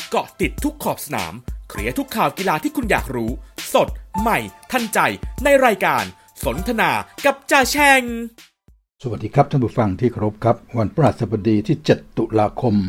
เกาะติดทุกขอบสนามเคลียร์ทุกข่าวกีฬาที่คุณอยากรู้สดใหม่ทันใจในรายการสนทนากับจ่าแฉ่งสวัสดีครับท่านผู้ฟังที่เคารพครับวันพฤหัสบดีที่7ตุลาคม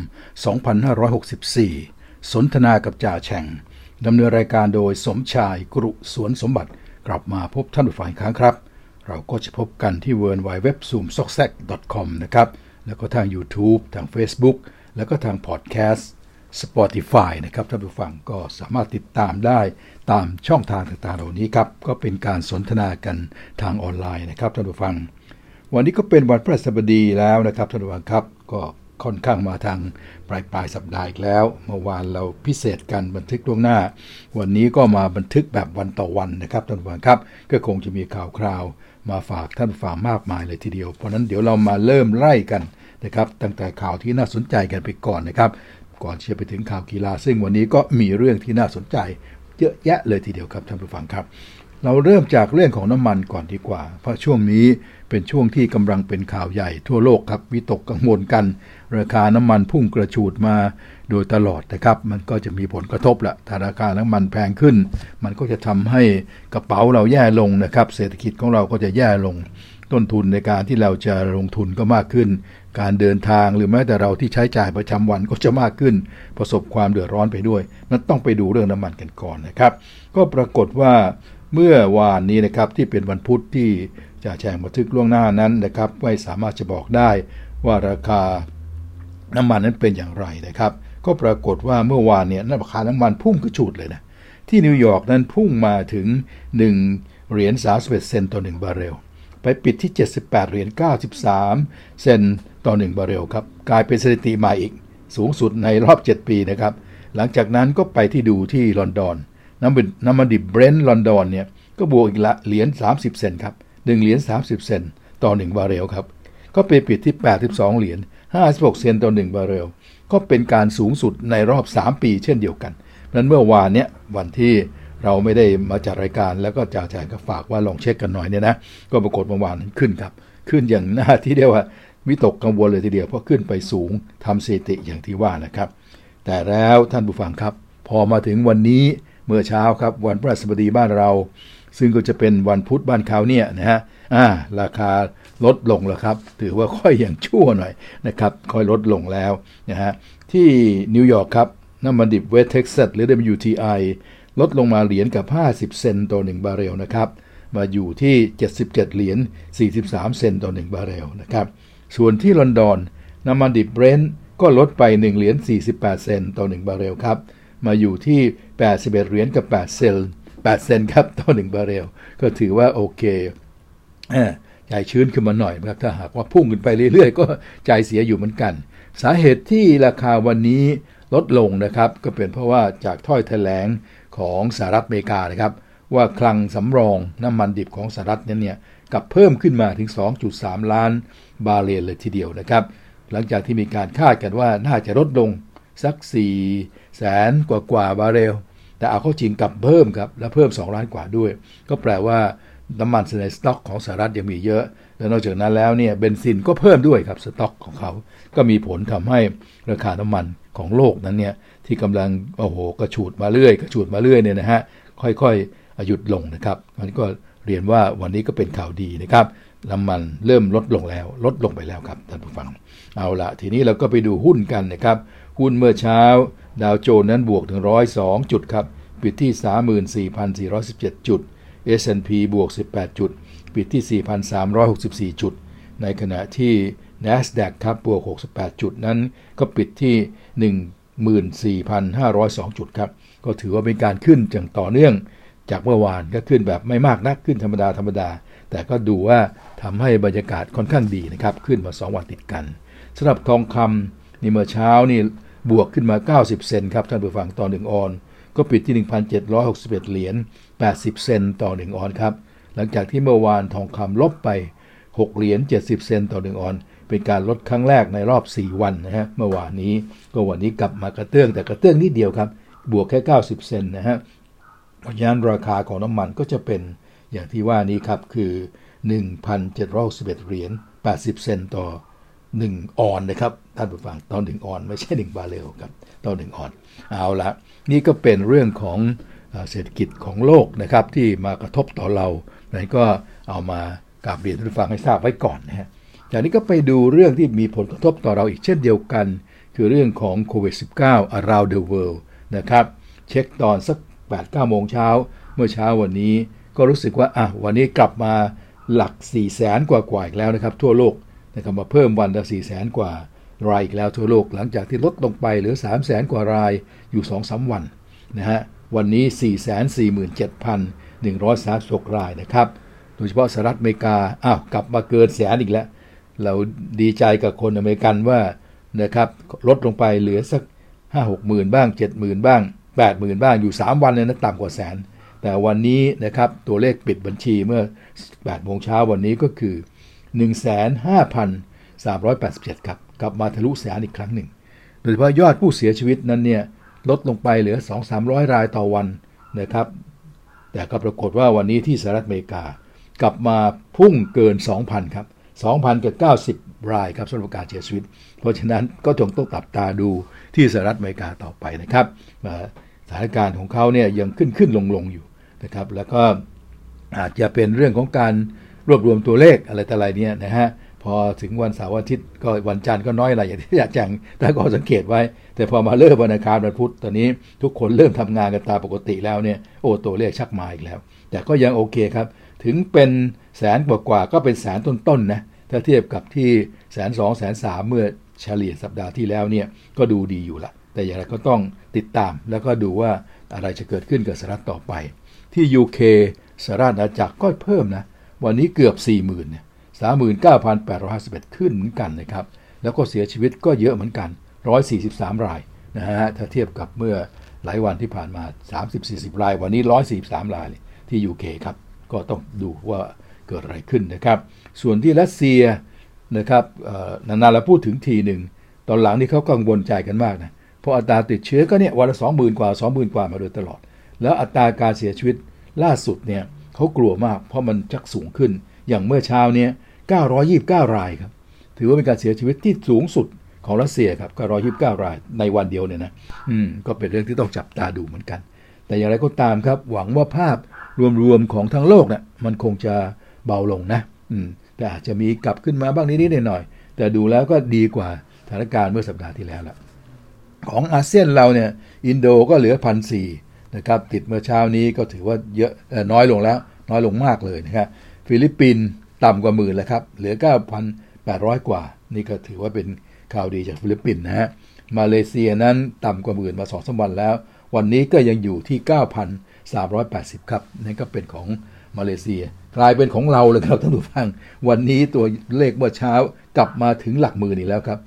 2564สนทนากับจ่าแฉ่งดำเนินรายการโดยสมชายกรุสวนสมบัติกลับมาพบท่านผู้ฟังอีกครั้งครับเราก็จะพบกันที่ www.zoomsocsack.com นะครับแล้วก็ทาง YouTube ทาง Facebook แล้วก็ทาง Podcast Spotify นะครับท่านผู้ฟังก็สามารถติดตามได้ตามช่องทางต่างๆเหล่านี้ครับก็เป็นการสนทนากันทางออนไลน์นะครับท่านผู้ฟังวันนี้ก็เป็นวันพฤหัสบดีแล้วนะครับท่านผู้ฟังครับก็ค่อนข้างมาทางปลายสัปดาห์อีกแล้วเมื่อวานเราพิเศษกันบันทึกล่วงหน้าวันนี้ก็มาบันทึกแบบวันต่อวันนะครับท่านผู้ฟังครับก็คงจะมีข่าวคราวมาฝากท่านผู้ฟังมากมายเลยทีเดียวเพราะนั้นเดี๋ยวเรามาเริ่มไล่กันนะครับตั้งแต่ข่าวที่น่าสนใจกันไปก่อนนะครับก่อนจะไปถึงข่าวกีฬาซึ่งวันนี้ก็มีเรื่องที่น่าสนใจเยอะแยะเลยทีเดียวครับท่านผู้ฟังครับเราเริ่มจากเรื่องของน้ำมันก่อนดีกว่าเพราะช่วงนี้เป็นช่วงที่กำลังเป็นข่าวใหญ่ทั่วโลกครับวิตกกังวลกันราคาน้ำมันพุ่งกระฉูดมาโดยตลอดนะครับมันก็จะมีผลกระทบละถ้าราคาน้ำมันแพงขึ้นมันก็จะทำให้กระเป๋าเราแย่ลงนะครับเศรษฐกิจของเราก็จะแย่ลงต้นทุนในการที่เราจะลงทุนก็มากขึ้นการเดินทางหรือแม้แต่เราที่ใช้จ่ายประจำวันก็จะมากขึ้นประสบความเดือดร้อนไปด้วยนั้นต้องไปดูเรื่องน้ำมันกันก่อนนะครับก็ปรากฏว่าเมื่อวานนี้นะครับที่เป็นวันพุธที่จ่าแฉ่งบันทึกล่วงหน้านั้นนะครับไม่สามารถจะบอกได้ว่าราคาน้ำมันนั้นเป็นอย่างไรนะครับก็ปรากฏว่าเมื่อวานเนี่ยราคาน้ำมันพุ่งกระฉูดเลยนะที่นิวยอร์กนั้นพุ่งมาถึง1เหรียญ31เซนต์ต่อ1บาร์เรลไปปิดที่78เหรียญ93เซนต์ต่อ1บาร์เรลครับกลายเป็นสถิติใหม่อีกสูงสุดในรอบ7ปีนะครับหลังจากนั้นก็ไปที่ดูที่ลอนดอนน้ำมันดิบเบรนท์ลอนดอนเนี่ยก็บวกอีกละเหรียญ30เซนต์ครับ1เหรียญ30เซนต์ต่อ1บาร์เรลครับก็ไปปิดที่82เหรียญ56เซนต์ต่อ1บาร์เรลก็เป็นการสูงสุดในรอบ3ปีเช่นเดียวกันนั้นเมื่อวานเนี้ยวันที่เราไม่ได้มาจัดรายการแล้วก็จ่าแฉ่งก็ฝากว่าลองเช็คกันหน่อยเนี่ยนะก็ปรากฏเมื่อวานขึ้นครับขึ้นอย่างน่าที่เรียกว่าวิตกกังวลเลยทีเดียวเพราะขึ้นไปสูงทำสถิติอย่างที่ว่านะครับแต่แล้วท่านผู้ฟังครับพอมาถึงวันนี้เมื่อเช้าครับวันพฤหัสบดีบ้านเราซึ่งก็จะเป็นวันพุธบ้านเขาเนี่ยนะฮะราคาลดลงแล้วครับถือว่าค่อยอย่างชั่วหน่อยนะครับค่อยลดลงแล้วนะฮะที่นิวยอร์กครับน้ำมันดิบเวสต์เท็กซัสหรือ WTI ลดลงมาเหรียญกับ50เซนต์ต่อ1บาร์เรลนะครับมาอยู่ที่77เหรียญ43เซนต์ต่อ1บาร์เรลนะครับส่วนที่ลอนดอนน้ำมันดิบเบรนท์ก็ลดไป1เหรียญ48เซนต์ต่อ1บาร์เรลครับมาอยู่ที่81เหรียญกับ8เซนต์ครับต่อ1บาร์เรลก็ถือว่าโอเคใจชื้นขึ้นมาหน่อยครับถ้าหากว่าพุ่งขึ้นไปเรื่อยๆก็ใจเสียอยู่เหมือนกันสาเหตุที่ราคาวันนี้ลดลงนะครับก็เป็นเพราะว่าจากถ้อยแถลงของสหรัฐอเมริกานะครับว่าคลังสำรองน้ำมันดิบของสหรัฐนั้นเนี่ยกับเพิ่มขึ้นมาถึง 2.3 ล้านบาร์เรลเลยทีเดียวนะครับหลังจากที่มีการคาดกันว่าน่าจะลดลงสัก4แสนกว่าบาร์เรลแต่เอาเข้าจริงกับเพิ่มครับและเพิ่ม2ล้านกว่าด้วยก็แปลว่าน้ำมันในสต็อกของสหรัฐยังมีเยอะและนอกจากนั้นแล้วเนี่ยเบนซินก็เพิ่มด้วยครับสต็อกของเขาก็มีผลทำให้ราคาน้ำมันของโลกนั้นเนี่ยที่กำลังกระฉูดมาเรื่อยเนี่ยนะฮะค่อยๆหยุดลงนะครับมันก็เรียนว่าวันนี้ก็เป็นข่าวดีนะครับน้ำมันเริ่มลดลงไปแล้วครับท่านผู้ฟังเอาละทีนี้เราก็ไปดูหุ้นกันนะครับหุ้นเมื่อเช้าดาวโจนส์นั้นบวกถึง102จุดครับปิดที่ 34,417 จุดS&P บวก18จุดปิดที่ 4,364 จุดในขณะที่ NASDAQ ครับบวก68จุดนั้นก็ปิดที่ 14,502 จุดครับก็ถือว่าเป็นการขึ้นอย่างต่อเนื่องจากเมื่อวานก็ขึ้นแบบไม่มากนักขึ้นธรรมดาแต่ก็ดูว่าทำให้บรรยากาศค่อนข้างดีนะครับขึ้นมา2วันติดกันสำหรับทองคำนี่เมื่อเช้านี่บวกขึ้นมา90เซนต์ครับท่านผู้ฟังต่อ1ออนก็ปิดที่ 1,761 เหรียญ80เซนต์ต่อ1ออนครับหลังจากที่เมื่อวานทองคำลบไป6เหรียญ70เซนต์ต่อ1ออนเป็นการลดครั้งแรกในรอบ4วันนะฮะเมื่อวานนี้ก็วันนี้กลับมากระเตื้องแต่กระเตื้องนิดเดียวครับบวกแค่90เซนต์นะฮะเพราะฉะนั้นราคาของน้ำมันก็จะเป็นอย่างที่ว่านี้ครับคือ 1,761 เหรียญ80เซนต์ต่อ 1 ออนนะครับท่านผู้ฟังต่อ1 ออนไม่ใช่1 บาร์เรลครับต่อ1 ออนเอาละนี่ก็เป็นเรื่องของเศรษฐกิจของโลกนะครับที่มากระทบต่อเรานั้นก็เอามากราบเรียนท่านผู้ฟังให้ทราบไว้ก่อนนะฮะจากนี้ก็ไปดูเรื่องที่มีผลกระทบต่อเราอีกเช่นเดียวกันคือเรื่องของโควิด -19 around the world นะครับเช็คตอนสัก 8-9 โมงเช้าเมื่อเช้าวันนี้ก็รู้สึกว่าวันนี้กลับมาหลัก 400,000 กว่าอีกแล้วนะครับทั่วโลกนะครับมาเพิ่มวันละ 400,000 กว่ารายอีกแล้วทั่วโลกหลังจากที่ลดลงไปเหลือ 300,000 กว่ารายอยู่ 2-3 วันนะฮะวันนี้ 447,136 รายนะครับโดยเฉพาะสหรัฐอเมริกากลับมาเกินแสนอีกแล้วเราดีใจกับคนอเมริกันว่านะครับลดลงไปเหลือสัก 5-6 หมื่นบ้าง 70,000 บ้าง 80,000 บ้างอยู่3วันเลยนะต่ำกว่าแสนแต่วันนี้นะครับตัวเลขปิดบัญชีเมื่อ 8 โมงเช้าวันนี้ก็คือ 15,387 ครับกลับมาทะลุแสนอีกครั้งหนึ่งโดยเฉพาะยอดผู้เสียชีวิตนั้นเนี่ยลดลงไปเหลือ 200-300 รายต่อวันนะครับแต่ก็ปรากฏว่าวันนี้ที่สหรัฐอเมริกากลับมาพุ่งเกิน 2,000 ครับ 2,090 รายครับสำหรับการเสียชีวิตเพราะฉะนั้นก็ต้องจับตาดูที่สหรัฐอเมริกาต่อไปนะครับสถานการณ์ของเขาเนี่ยยังขึ้นลงอยู่นะครับแล้วก็อาจจะเป็นเรื่องของการรวบรวมตัวเลขอะไรต่ออะไรเนี่ยนะฮะพอถึงวันเสาร์อาทิตย์ก็วันจันทร์ก็น้อยอะไรอย่างที่อาจารย์แต่ก็สังเกตไว้แต่พอมาเริ่มวันอังคารวันพุธตอนนี้ทุกคนเริ่มทำงานกันตามปกติแล้วเนี่ยตัวเลขชักมาอีกแล้วแต่ก็ยังโอเคครับถึงเป็นแสนกว่าก็เป็นแสนต้นๆนะถ้าเทียบกับที่120,000 130,000เมื่อเฉลี่ยสัปดาห์ที่แล้วเนี่ยก็ดูดีอยู่ละแต่อย่างไรก็ต้องติดตามแล้วก็ดูว่าอะไรจะเกิดขึ้นกับสหรัฐต่อไปที่ UK สหราชอาณาจักรก็เพิ่มนะวันนี้เกือบ 40,000 เนี่ย 39,851 ขึ้นเหมือนกันนะครับแล้วก็เสียชีวิตก็เยอะเหมือนกัน143 รายนะฮะถ้าเทียบกับเมื่อหลายวันที่ผ่านมา 30-40 รายวันนี้143 รายที่ UK ครับก็ต้องดูว่าเกิดอะไรขึ้นนะครับส่วนที่รัสเซียนะครับนานๆเราพูดถึงทีหนึ่งตอนหลังนี่เขากังวลใจกันมากนะเพราะอัตราติดเชื้อก็เนี่ยวันละ 20,000 กว่า 20,000 กว่ามาโดยตลอดแล้วอัตราการเสียชีวิตล่าสุดเนี่ยเขากลัวมากเพราะมันชักสูงขึ้นอย่างเมื่อเช้านี้929 รายครับถือว่าเป็นการเสียชีวิตที่สูงสุดของรัสเซียครับ929 รายในวันเดียวเนี่ยนะก็เป็นเรื่องที่ต้องจับตาดูเหมือนกันแต่อย่างไรก็ตามครับหวังว่าภาพรวมๆของทั้งโลกเนี่ยมันคงจะเบาลงนะแต่อาจจะมีกลับขึ้นมาบ้างนิดๆหน่อยๆแต่ดูแล้วก็ดีกว่าสถานการณ์เมื่อสัปดาห์ที่แล้วละของอาเซียนเราเนี่ยอินโดก็เหลือ 1,400 นะครับติดเมื่อเช้านี้ก็ถือว่าเยอะน้อยลงแล้วน้อยลงมากเลยนะครับฟิลิปปินส์ต่ำกว่า10,000แล้วครับเหลือ 9,800 กว่านี่ก็ถือว่าเป็นข่าวดีจากฟิลิปปินส์นะฮะมาเลเซียนั้นต่ำกว่า10,000มา 2-3 วันแล้ววันนี้ก็ยังอยู่ที่ 9,380 ครับนั่นก็เป็นของมาเลเซียกลายเป็นของเราเลยครับท่านผู้ฟังวันนี้ตัวเลขเมื่อเช้ากลับมาถึงหลักหมื่นอีกแล้วครับ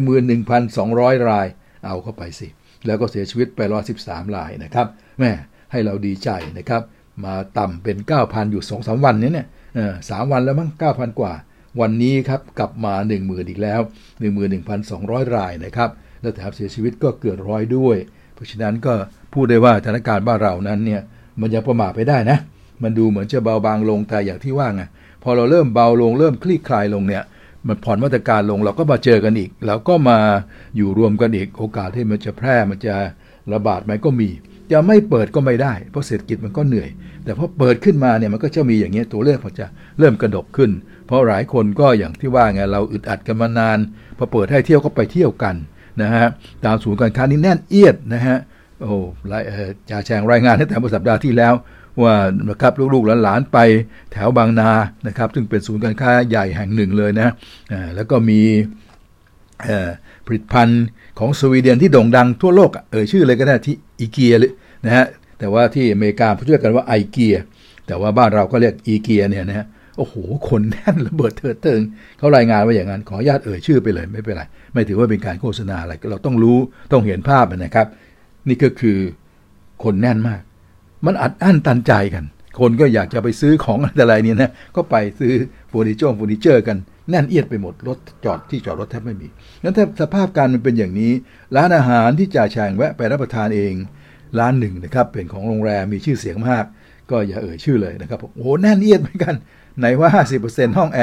11,200 รายเอาเข้าไปสิแล้วก็เสียชีวิตไป113 รายนะครับแม่ให้เราดีใจนะครับมาต่ำเป็น 9,000 อยู่ 2-3 วันนี้เนี่ย3 วันแล้วมั้ง 9,000 กว่าวันนี้ครับกลับมา 10,000 อีกแล้ว 11,200 รายนะครับแล้วแถมเสียชีวิตก็เกิน100ด้วยเพราะฉะนั้นก็พูดได้ว่าสถานการณ์บ้านเรานั้นเนี่ยมันยังประมาทไปได้นะมันดูเหมือนจะเบาบางลงแต่อย่างที่ว่าไงพอเราเริ่มเบาลงเริ่มคลี่คลายลงเนี่ยมันผ่อนมาตรการลงเราก็มาเจอกันอีกแล้วก็มาอยู่รวมกันอีกโอกาสที่มันจะแพร่มันจะระบาดมันก็มีจะไม่เปิดก็ไม่ได้เพราะเศรษฐกิจมันก็เหนื่อยแต่พอเปิดขึ้นมาเนี่ยมันก็จะมีอย่างเงี้ยตัวเลขมันจะเริ่มกระดกขึ้นเพราะหลายคนก็อย่างที่ว่าไงเราอึดอัดกันมานานพอเปิดให้เที่ยวก็ไปเที่ยวกันนะฮะตามศูนย์การค้านี่แน่นเอียดนะฮะโอ้จ่าแชงรายงานตั้งแต่เมื่อสัปดาห์ที่แล้วว่านะครับลูกๆหลานๆไปแถวบางนานะครับซึ่งเป็นศูนย์การค้าใหญ่แห่งหนึ่งเลยนะแล้วก็มีผลิตภัณฑ์ของสวีเดนที่โด่งดังทั่วโลกชื่อเลยก็ได้ที่อีเกียนะฮะแต่ว่าที่อเมริกาเขาเรียกกันว่าไอเกียแต่ว่าบ้านเราก็เรียกอีเกียเนี่ยนะฮะโอ้โหคนแน่นระเบิดเถิดเทิงเขารายงานว่าอย่างนั้นขออนุญาตชื่อไปเลยไม่เป็นไรไม่ถือว่าเป็นการโฆษณาอะไรเราต้องรู้ต้องเห็นภาพนะครับนี่ก็คือคนแน่นมากมันอัดอั้นตันใจกันคนก็อยากจะไปซื้อของอะไรเนี่ยนะก็ไปซื้อเฟอร์นิเจอร์กันแน่นเอียดไปหมดรถจอดรถแทบไม่มีงั้นถ้าสภาพการมันเป็นอย่างนี้ร้านอาหารที่จ่าแชงแวะไปรับประทานเองร้านหนึ่งนะครับเป็นของโรงแรมมีชื่อเสียงมากก็อย่าชื่อเลยนะครับโอ้โหแน่นเอียดเหมือนกันไหนว่า 50% ห้องแอร์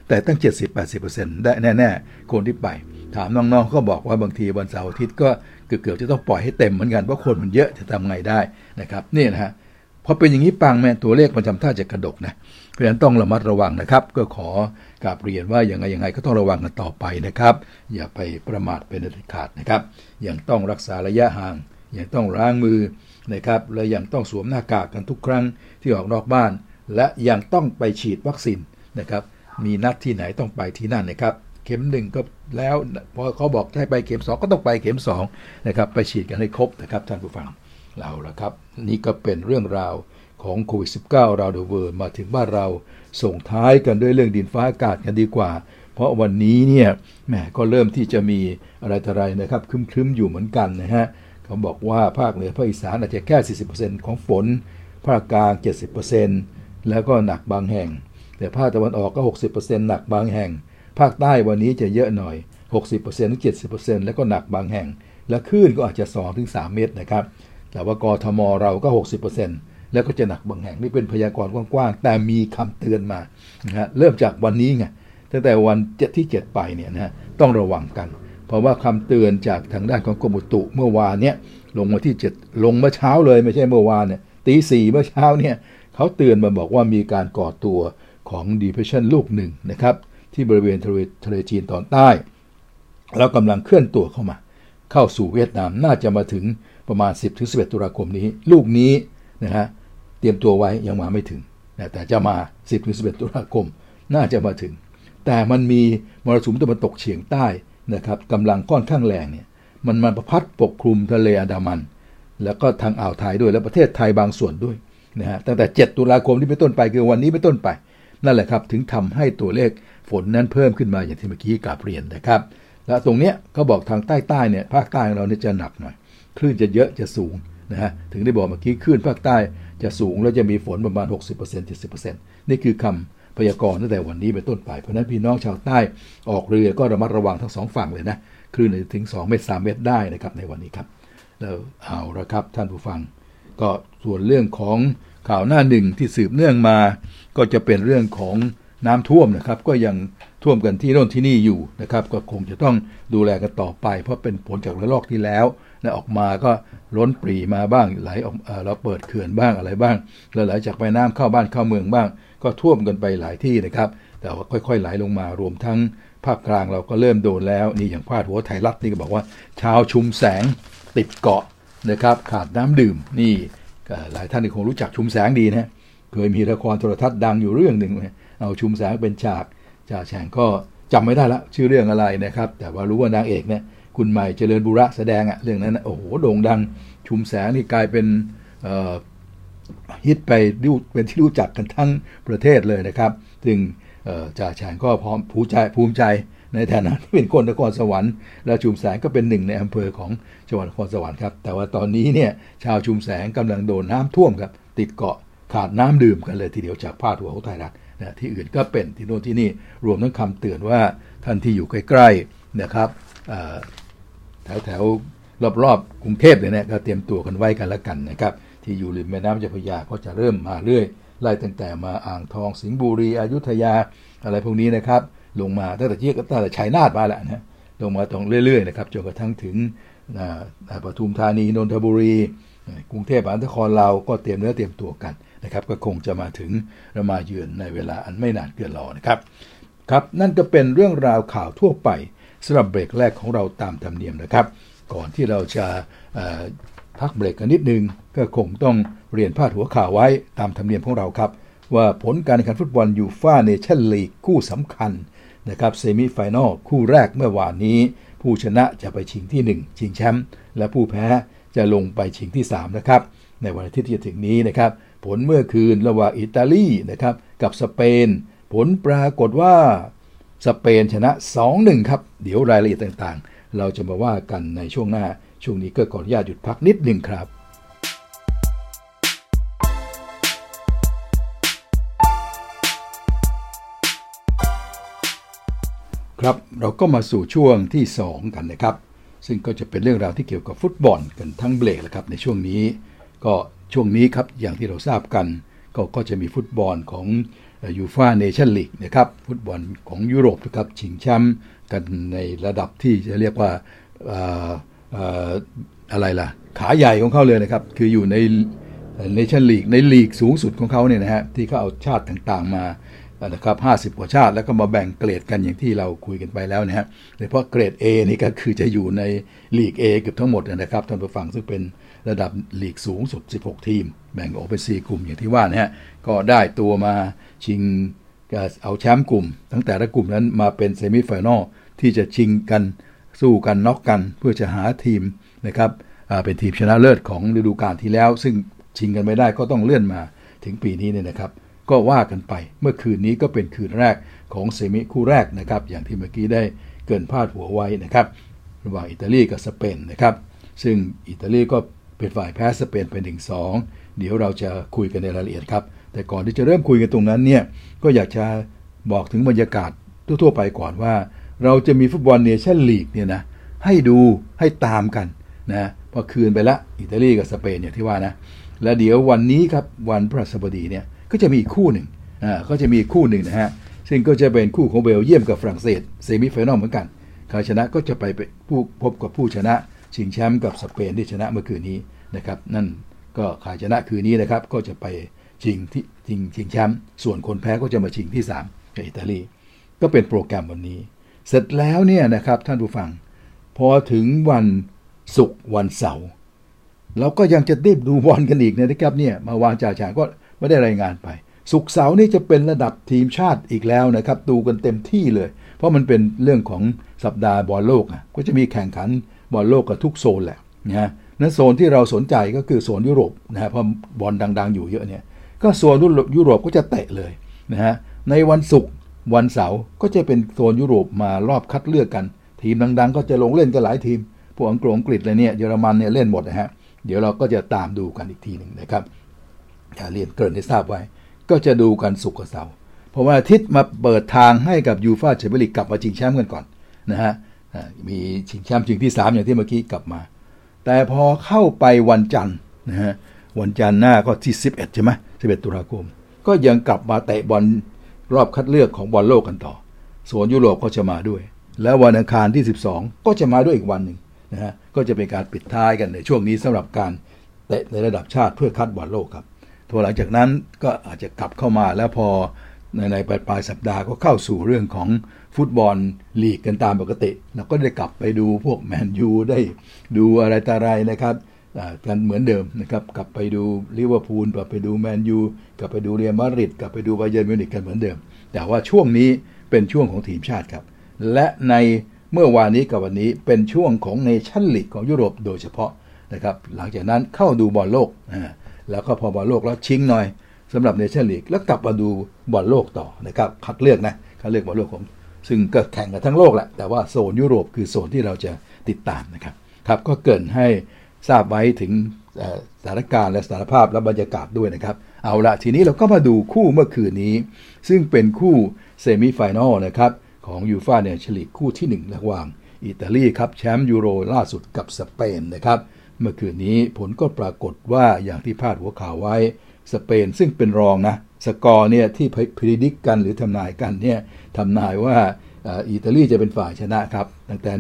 แต่ตั้ง 70-80% ได้แน่ๆคนที่ไปถามน้องๆก็บอกว่าบางทีวันเสาร์อาทิตย์ก็เกือบจะต้องปล่อยให้เต็มเหมือนกันเพราะคนมันเยอะจะทำไงได้นะครับนี่นะฮะพอเป็นอย่างนี้ปังแม่ตัวเลขมันทำท่าจะกระดกนะเพราะฉะนั้นต้องระมัดระวังนะครับก็ขอกราบเรียนว่ายังไงก็ต้องระวังกันต่อไปนะครับอย่าไปประมาทเป็นอันขาดนะครับยังต้องรักษาระยะห่างยังต้องล้างมือนะครับและยังต้องสวมหน้ากากกันทุกครั้งที่ออกนอกบ้านและยังต้องไปฉีดวัคซีนนะครับมีนัดที่ไหนต้องไปที่นั่นนะครับเข็ม1ก็แล้วพอเขาบอกให้ไปเข็ม2ก็ต้องไปเข็ม2นะครับไปฉีดกันให้ครบนะครับท่านผู้ฟังเราละครับนี่ก็เป็นเรื่องราวของโควิด -19 ราวเดอะเวิลด์มาถึงบ้านเราส่งท้ายกันด้วยเรื่องดินฟ้าอากาศกันดีกว่าเพราะวันนี้เนี่ยแหมก็เริ่มที่จะมีอะไรต่ออะไรนะครับครึ้มๆอยู่เหมือนกันนะฮะเขาบอกว่าภาคเหนือภาคอีสานอาจจะแค่ 40% ของฝนภาคกลาง 70% แล้วก็หนักบางแห่งแต่ภาคตะวันออกก็ 60% หนักบางแห่งภาคใต้วันนี้จะเยอะหน่อย 60% ถึง 70% แล้วก็หนักบางแห่งและคลื่นก็อาจจะ 2-3 เมตรนะครับแต่ว่ากทมเราก็ 60% แล้วก็จะหนักบางแห่งนี่เป็นพยากรณ์กว้างๆแต่มีคำเตือนมานะฮะเริ่มจากวันนี้ไงตั้งแต่วันที่7ไปเนี่ยนะฮะต้องระวังกันเพราะว่าคำเตือนจากทางด้านของกรมอุตุเมื่อวานเนี่ยลงมาที่7ลงเมื่อเช้าเลยไม่ใช่เมื่อวานเนี่ยตี 4เมื่อเช้าเนี่ยเขาเตือนมาบอกว่ามีการก่อตัวของ depression ลูกหนึ่งนะครับที่บริเวณทะเลจีนตอนใต้แล้วกำลังเคลื่อนตัวเข้าสู่เวียดนามน่าจะมาถึงประมาณ 10-11 ตุลาคมนี้ลูกนี้นะฮะเตรียมตัวไว้ยังมาไม่ถึงนะแต่จะมา 10-11 ตุลาคมน่าจะมาถึงแต่มันมีมรสุมตะวันตกเฉียงใต้นะครับกำลังค่อนข้างแรงเนี่ยมันมาพัดปกคลุมทะเลอันดามันแล้วก็ทางอ่าวไทยด้วยและประเทศไทยบางส่วนด้วยนะฮะตั้งแต่7ตุลาคมที่เป็นต้นไปคือวันนี้เป็นต้นไปนั่นแหละครับถึงทำให้ตัวเลขฝนนั้นเพิ่มขึ้นมาอย่างที่เมื่อกี้กราบเรียนนะครับและตรงเนี้ยเขาบอกทางใต้เนี่ยภาคใต้ของเราเนี่ยจะหนักหน่อยคลื่นจะเยอะจะสูงนะฮะถึงได้บอกเมื่อกี้คลื่นภาคใต้จะสูงแล้วจะมีฝนประมาณ 60% 70% นี่คือคำพยากรณ์ตั้งแต่วันนี้เป็นต้นไปเพราะนั้นพี่น้องชาวใต้ออกเรือก็ระมัดระวังทั้ง2ฝั่งเลยนะคลื่นถึง2เมตร3เมตรได้นะครับในวันนี้ครับแล้วเอาละครับท่านผู้ฟังก็ส่วนเรื่องของข่าวหน้าหนึ่งที่สืบเนื่องมาก็จะเป็นเรื่องของน้ำท่วมนะครับก็ยังท่วมกันที่โน่นที่นี่อยู่นะครับก็คงจะต้องดูแลกันต่อไปเพราะเป็นผลจากระลอกที่แล้วและออกมาก็ล้นปรีมาบ้างไหลออกเราเปิดเขื่อนบ้างอะไรบ้างแล้วไหลจากแม่น้ำเข้าบ้านเข้าเมืองบ้างก็ท่วมกันไปหลายที่นะครับแต่ว่าค่อยๆไหลลงมารวมทั้งภาคกลางเราก็เริ่มโดนแล้วนี่อย่างพาดหัวไทยรัฐนี่ก็บอกว่าชาวชุมแสงติดเกาะนะครับขาดน้ำดื่มนี่หลายท่านคงรู้จักชุมแสงดีนะเคยมีละครโทรทัศน์ดังอยู่เรื่องหนึ่งเอาชุมแสงเป็นฉากจ่าแฉ่งก็จำไม่ได้ละชื่อเรื่องอะไรนะครับแต่ว่ารู้ว่านางเอกเนี่ยคุณใหม่เจริญบุระแสดงเรื่องนั้นโอ้โหโด่งดังชุมแสงนี่กลายเป็นฮิตไปเป็นที่รู้จักกันทั้งประเทศเลยนะครับซึ่งจ่าแฉ่งก็พร้อมภูมิใจในฐานะที่เป็นคนนครสวรรค์และชุมแสงก็เป็นหนึ่งในอำเภอของจังหวัดนครสวรรค์ครับแต่ว่าตอนนี้เนี่ยชาวชุมแสงกำลังโดนน้ำท่วมครับติดเกาะขาดน้ำดื่มกันเลยทีเดียวจากพาดหัวของไทยรัฐนะที่อื่นก็เป็นที่โน่นที่นี่รวมทั้งคำเตือนว่าท่านที่อยู่ใกล้ๆนะครับแถวรอบๆกรุงเทพเลยเนี่ยก็เตรียมตัวกันไว้กันแล้วกันนะครับที่อยู่ริมแม่น้ำเจ้าพระยาก็จะเริ่มมาเรื่อยไล่ตั้งแต่มาอ่างทองสิงห์บุรีอยุธยาอะไรพวกนี้นะครับลงมาตั้งแต่ชัยนาทมาแหละนะลงมาตรงเรื่อยๆนะครับจนกระทั่งถึงปทุมธานีนนทบุรีกรุงเทพมหานครเราก็เตรียมเนื้อเตรียมตัวกันนะครับก็คงจะมาถึงและมาเยือนในเวลาอันไม่นานเกินรอนะครับครับนั่นก็เป็นเรื่องราวข่าวทั่วไปสำหรับเบรกแรกของเราตามธรรมเนียมนะครับก่อนที่เราจะพักเบรกกันนิดนึงก็คงต้องเรียนพาดหัวข่าวไว้ตามธรรมเนียมของเราครับว่าผลการแข่งขันฟุตบอลยูฟ่าเนชั่นลีกคู่สำคัญนะครับเซมิไฟแนลคู่แรกเมื่อวานนี้ผู้ชนะจะไปชิงที่1ชิงแชมป์และผู้แพ้จะลงไปชิงที่3นะครับในวันอาทิตย์ที่จะถึงนี้นะครับผลเมื่อคืนระหว่างอิตาลีนะครับกับสเปนผลปรากฏว่าสเปนชนะ 2-1 ครับเดี๋ยวรายละเอียดต่างๆเราจะมาว่ากันในช่วงหน้าช่วงนี้ก็ขออนุญาตหยุดพักนิดนึงครับครับเราก็มาสู่ช่วงที่2กันนะครับซึ่งก็จะเป็นเรื่องราวที่เกี่ยวกับฟุตบอลกันทั้งเบรกแล้วครับในช่วงนี้ก็ช่วงนี้ครับอย่างที่เราทราบกันก็จะมีฟุตบอลของยูฟ่าเนชั่นลีกนะครับฟุตบอลของยุโรปนะครับชิงแชมป์กันในระดับที่จะเรียกว่าอะไรล่ะขาใหญ่ของเขาเลยนะครับคืออยู่ในเนชั่นลีกในลีกสูงสุดของเขาเนี่ยนะฮะที่เขาเอาชาติต่างๆมานะครับ50กว่าชาติแล้วก็มาแบ่งเกรดกันอย่างที่เราคุยกันไปแล้วนะฮะโดยเฉพาะเกรด A นี่ก็คือจะอยู่ในลีก A เกือบทั้งหมดนะครับท่านผู้ฟังซึ่งเป็นระดับลีกสูงสุด16ทีมแบ่งออกเป็น4กลุ่มอย่างที่ว่านะฮะก็ได้ตัวมาชิงเอาแชมป์กลุ่มตั้งแต่ละกลุ่มนั้นมาเป็นเซมิไฟนอลที่จะชิงกันสู้กันน็อกกันเพื่อจะหาทีมนะครับเป็นทีมชนะเลิศของฤดูกาลที่แล้วซึ่งชิงกันไม่ได้ก็ต้องเลื่อนมาถึงปีนี้เนี่ยนะครับก็ว่ากันไปเมื่อคืนนี้ก็เป็นคืนแรกของเซมิคู่แรกนะครับอย่างที่เมื่อกี้ได้เกริ่นพาดหัวไว้นะครับระหว่างอิตาลีกับสเปนนะครับซึ่งอิตาลีก็เป็นฝ่ายแพ้สเปนไป 1-2 เดี๋ยวเราจะคุยกันในรายละเอียดครับแต่ก่อนที่จะเริ่มคุยกันตรงนั้นเนี่ยก็อยากจะบอกถึงบรรยากาศทั่วๆไปก่อนว่าเราจะมีฟุตบอลเนชั่นลีกเนี่ยนะให้ดูให้ตามกันนะพอคืนไปละอิตาลีกับสเปนอย่างที่ว่านะและเดี๋ยววันนี้ครับวันพฤหัสบดีเนี่ยก็จะมีอีกคู่หนึ่งนะฮะซึ่งก็จะเป็นคู่ของเบลเยียมกับฝรั่งเศสเซมิไฟนอลเหมือนกันใครชนะก็จะไปพบกับผู้ชนะชิงแชมป์กับสเปนที่ชนะเมื่อคืนนี้นะครับนั่นก็ใครชนะคืนนี้นะครับก็จะไปชิงแชมป์ส่วนคนแพ้ก็จะมาชิงที่3กับอิตาลีก็เป็นโปรแกรมวันนี้เสร็จแล้วเนี่ยนะครับท่านผู้ฟังพอถึงวันศุกร์วันเสาร์เราก็ยังจะได้ดูบอลกันอีกนะครับเนี่ยมาวางจ่าฉางก็ไม่ได้รายงานไปศุกร์เสาร์นี่จะเป็นระดับทีมชาติอีกแล้วนะครับดูกันเต็มที่เลยเพราะมันเป็นเรื่องของสัปดาห์บอลโลกก็จะมีแข่งขันบอลโลกกับทุกโซนแหละนะนั้นโซนที่เราสนใจก็คือโซนยุโรปนะฮะเพราะบอลดังๆอยู่เยอะเนี่ยก็โซนยุโรปก็จะเตะเลยนะฮะในวันศุกร์วันเสาร์ก็จะเป็นโซนยุโรปมารอบคัดเลือกกันทีมดังๆก็จะลงเล่นกันหลายทีมพวกอังกฤษเลยเนี่ยเยอรมันเนี่ยเล่นหมดนะฮะเดี๋ยวเราก็จะตามดูกันอีกทีนึงนะครับอย่าเรียนเกริ่นให้ทราบไว้ก็จะดูกันศุกร์กับเสาร์เพราะว่าอาทิตย์มาเปิดทางให้กับยูฟ่าแชมเปี้ยนลีกกลับมาชิงแชมป์กันก่อนนะฮะมีชิงแชมป์ชิงที่3อย่างที่เมื่อกี้กลับมาแต่พอเข้าไปวันจันทร์นะฮะวันจันทร์หน้าก็ที่11ใช่ไหม11ตุลาคมก็ยังกลับมาเตะบอลรอบคัดเลือกของบอลโลกกันต่อส่วนยุโรปก็จะมาด้วยแล้ววันอังคารที่12ก็จะมาด้วยอีกวันหนึ่งนะฮะก็จะเป็นการปิดท้ายกันในช่วงนี้สำหรับการเตะในระดับชาติเพื่อคัดบอลโลกครับพอหลังจากนั้นก็อาจจะกลับเข้ามาแล้วพอในปลายสัปดาห์ก็เข้าสู่เรื่องของฟุตบอลลีกกันตามปกติเราก็ได้กลับไปดูพวกแมนยูได้ดูอะไรต่ออะไรนะครับกันเหมือนเดิมนะครับกลับไปดูลิเวอร์พูลกลับไปดูแมนยูกลับไปดูเรอัลมาดริดกลับไปดูบาเยิร์นมิวนิกกันเหมือนเดิมแต่ว่าช่วงนี้เป็นช่วงของทีมชาติครับและในเมื่อวานนี้กับวันนี้เป็นช่วงของเนชั่นลีกของยุโรปโดยเฉพาะนะครับหลังจากนั้นเข้าดูบอลโลกแล้วก็พอบอลโลกแล้วชิงหน่อยสำหรับเนชั่นลีกแล้วกลับมาดูบอลโลกต่อนะครับคัดเลือกบอลโลกของซึ่งก็แข่งกันทั้งโลกแหละแต่ว่าโซนยุโรปคือโซนที่เราจะติดตามนะครับก็เกริ่นให้ทราบไว้ถึงสถานการณ์และสถานภาพและบรรยากาศด้วยนะครับเอาละทีนี้เราก็มาดูคู่เมื่อคืนนี้ซึ่งเป็นคู่เซมิไฟนอลนะครับของยูฟ่าเนชั่นลีกคู่ที่1ระหว่างอิตาลีครับแชมป์ยูโรล่าสุดกับสเปนนะครับเมื่อคืนนี้ผลก็ปรากฏว่าอย่างที่พาดหัวข่าวไว้สเปนซึ่งเป็นรองนะสกอร์เนี่ยที่พิจิตรกันหรือทำนายกันเนี่ยทำนายว่าอิตาลีจะเป็นฝ่ายชนะครับตั้งแต่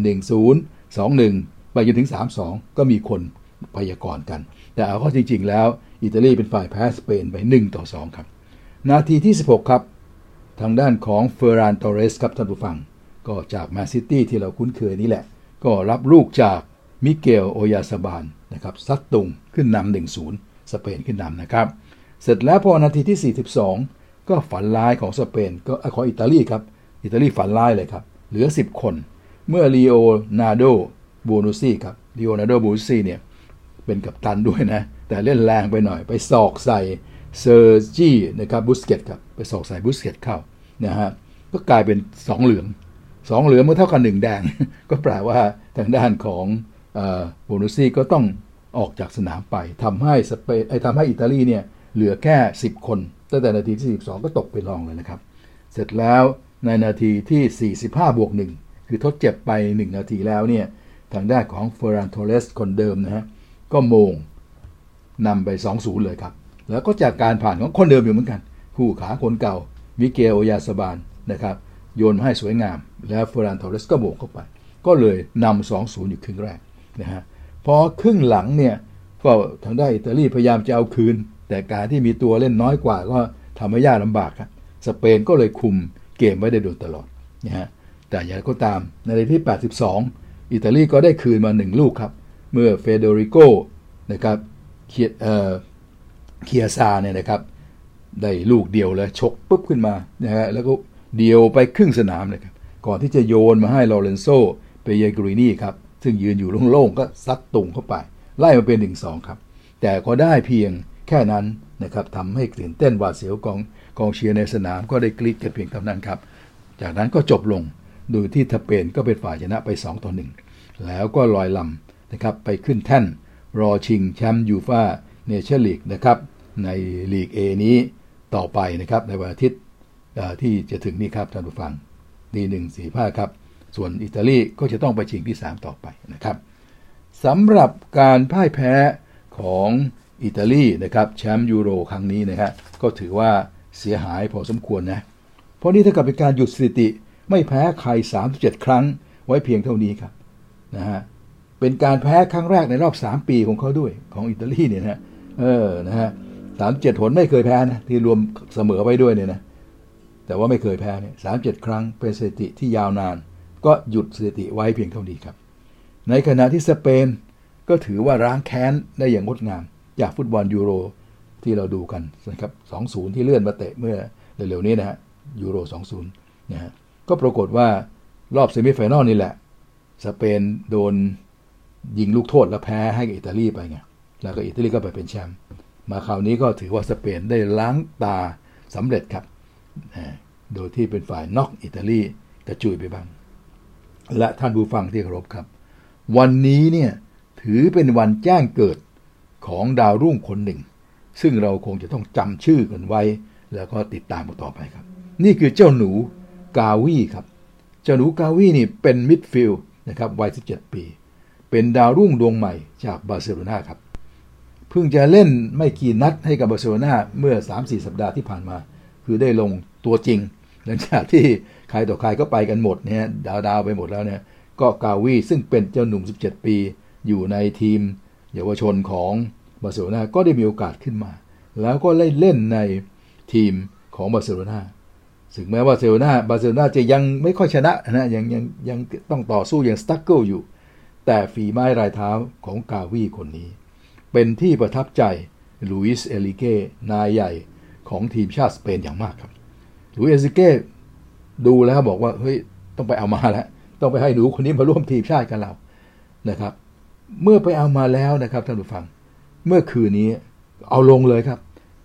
1-0 2-1 ไปจนถึง 3-2 ก็มีคนพยากรณ์กันแต่เอาเข้าจริงๆแล้วอิตาลีเป็นฝ่ายแพ้สเปนไป 1-2 ครับนาทีที่16ครับทางด้านของเฟอร์ราน ตอเรสครับท่านผู้ฟังก็จากแมนซิตี้ที่เราคุ้นเคยนี่แหละก็รับลูกจากมิเกล โอยาซาบานนะครับซัดตุงขึ้นนำ 1-0 สเปนขึ้นนำนะครับเสร็จแล้วพอนาทีที่42ก็ฝันร้ายของสเปนก็ของอิตาลีครับอิตาลีฝันร้ายเลยครับเหลือ10คนเมื่อลีโอนาร์โด โบนูซี่ครับลีโอนาร์โด โบนูซี่เนี่ยเป็นกัปตันด้วยนะแต่เล่นแรงไปหน่อยไปศอกใส่เซอร์จี้นะครับบุสเกตครับไปศอกใส่บุสเกตเข้านะฮะก็กลายเป็น2เหลืองเมื่อเท่ากัน1แดงก็แปลว่าทางด้านของโบนูซี่ก็ต้องออกจากสนามไปทำให้อิตาลีเนี่ยเหลือแค่10คนตั้งแต่นาทีที่42ก็ตกไปรองเลยนะครับเสร็จแล้วในนาทีที่45+1คือทดเจ็บไป1นาทีแล้วเนี่ยทางด้านของเฟอร์ราน โทเรสคนเดิมนะฮะก็โมงนำไป 2-0 เลยครับแล้วก็จากการผ่านของคนเดิมอยู่เหมือนกันคู่ขาคนเก่ามิเกล โอยาซาบานนะครับโยนมาให้สวยงามแล้วเฟอร์นันโทเรสก็โบกเข้าไปก็เลยนำ 2-0 อยู่ครึ่งแรกนะฮะพอครึ่งหลังเนี่ยก็ทางด้านอิตาลีพยายามจะเอาคืนแต่การที่มีตัวเล่นน้อยกว่าก็ทำให้ยากลำบากครับสเปนก็เลยคุมเกมไว้ได้โดยตลอดนะฮะแต่อย่างไรก็ตามในนาทีที่82อิตาลีก็ได้คืนมา1ลูกครับเมื่อเฟเดริโกนะครับเคียซาเนี่ยนะครับได้ลูกเดียวเลยชกปุ๊บขึ้นมานะฮะแล้วก็เดียวไปครึ่งสนามเลยครับก่อนที่จะโยนมาให้ลอเรนโซเปเยกรินีครับซึ่งยืนอยู่โล่งๆก็ซัดตุ่งเข้าไปไล่มาเป็น 1-2 ครับแต่ก็ได้เพียงแค่นั้นนะครับทำให้ตื่นเต้นหวาดเสียวกองเชียร์ในสนามก็ได้กรี๊ดกันเพียงเท่านั้นครับจากนั้นก็จบลงโดยที่สเปนก็เป็นฝ่ายชนะไป 2-1 แล้วก็ลอยลำนะครับไปขึ้นแท่นรอชิงแชมป์ยูฟ่าเนชั่นลีกนะครับในลีก A นี้ต่อไปนะครับในวันอาทิตย์ที่จะถึงนี้ครับท่านผู้ฟังดี145ครับส่วนอิตาลีก็จะต้องไปชิงที่3ต่อไปนะครับสำหรับการพ่ายแพ้ของอิตาลีนะครับแชมป์ยูโรครั้งนี้นะฮะก็ถือว่าเสียหายพอสมควรนะเพราะนี่เท่ากับเป็นการหยุดสถิติไม่แพ้ใคร37ครั้งไว้เพียงเท่านี้ครับนะฮะเป็นการแพ้ครั้งแรกในรอบ3ปีของเขาด้วยของอิตาลีเนี่ยนะนะฮะ37หนไม่เคยแพ้นะที่รวมเสมอไว้ด้วยเนี่ยนะแต่ว่าไม่เคยแพ้เนี่ย37ครั้งเป็นสถิติที่ยาวนานก็หยุดสถิติไว้เพียงเท่านี้ครับในขณะที่สเปนก็ถือว่าล้างแค้นได้อย่างงดงามจากฟุตบอลยูโรที่เราดูกันนะครับ 2-0 ที่เลื่อนมาเตะเมื่อเร็วๆนี้นะฮะยูโร 2-0 นะฮะก็ปรากฏว่ารอบเซมิไฟนอลนี่แหละสเปนโดนยิงลูกโทษแล้วแพ้ให้กับอิตาลีไปไงแล้วก็อิตาลีก็ไปเป็นแชมป์มาคราวนี้ก็ถือว่าสเปนได้ล้างตาสำเร็จครับโดยที่เป็นฝ่ายน็อกอิตาลีกระจุยไปบ้างและท่านผู้ฟังที่เคารพครับวันนี้เนี่ยถือเป็นวันแจ้งเกิดของดาวรุ่งคนหนึ่งซึ่งเราคงจะต้องจำชื่อกันไว้แล้วก็ติดตามกันต่อไปครับนี่คือเจ้าหนูกาวีครับเจ้าหนูกาวีนี่เป็นมิดฟิลด์นะครับวัย17ปีเป็นดาวรุ่งดวงใหม่จากบาร์เซโลนาครับเพิ่งจะเล่นไม่กี่นัดให้กับบาร์เซโลนาเมื่อ 3-4 สัปดาห์ที่ผ่านมาคือได้ลงตัวจริงหลังจากที่ใครต่อใครก็ไปกันหมดเนี่ยดาวไปหมดแล้วเนี่ยก็กาวีซึ่งเป็นเจ้าหนุ่ม17ปีอยู่ในทีมเยาวชนของบาร์เซโลนาก็ได้มีโอกาสขึ้นมาแล้วก็ได้เล่นในทีมของบาร์เซโลนาถึงแม้ว่าบาร์เซโลนาจะยังไม่ค่อยชนะนะยังต้องต่อสู้อย่างสตั๊กเกิลอยู่แต่ฝีไม้ลายเท้าของกาวีคนนี้เป็นที่ประทับใจลุยส์เอลิเก้นายใหญ่ของทีมชาติสเปนอย่างมากครับลุยส์เอลิเก้ดูแล้วบอกว่าเฮ้ยต้องไปเอามาแล้วต้องไปให้หนูคนนี้มาร่วมทีมชาติกับเรานะครับเมื่อไปเอามาแล้วนะครับท่านผู้ฟังเมื่อคืนนี้เอาลงเลยครับ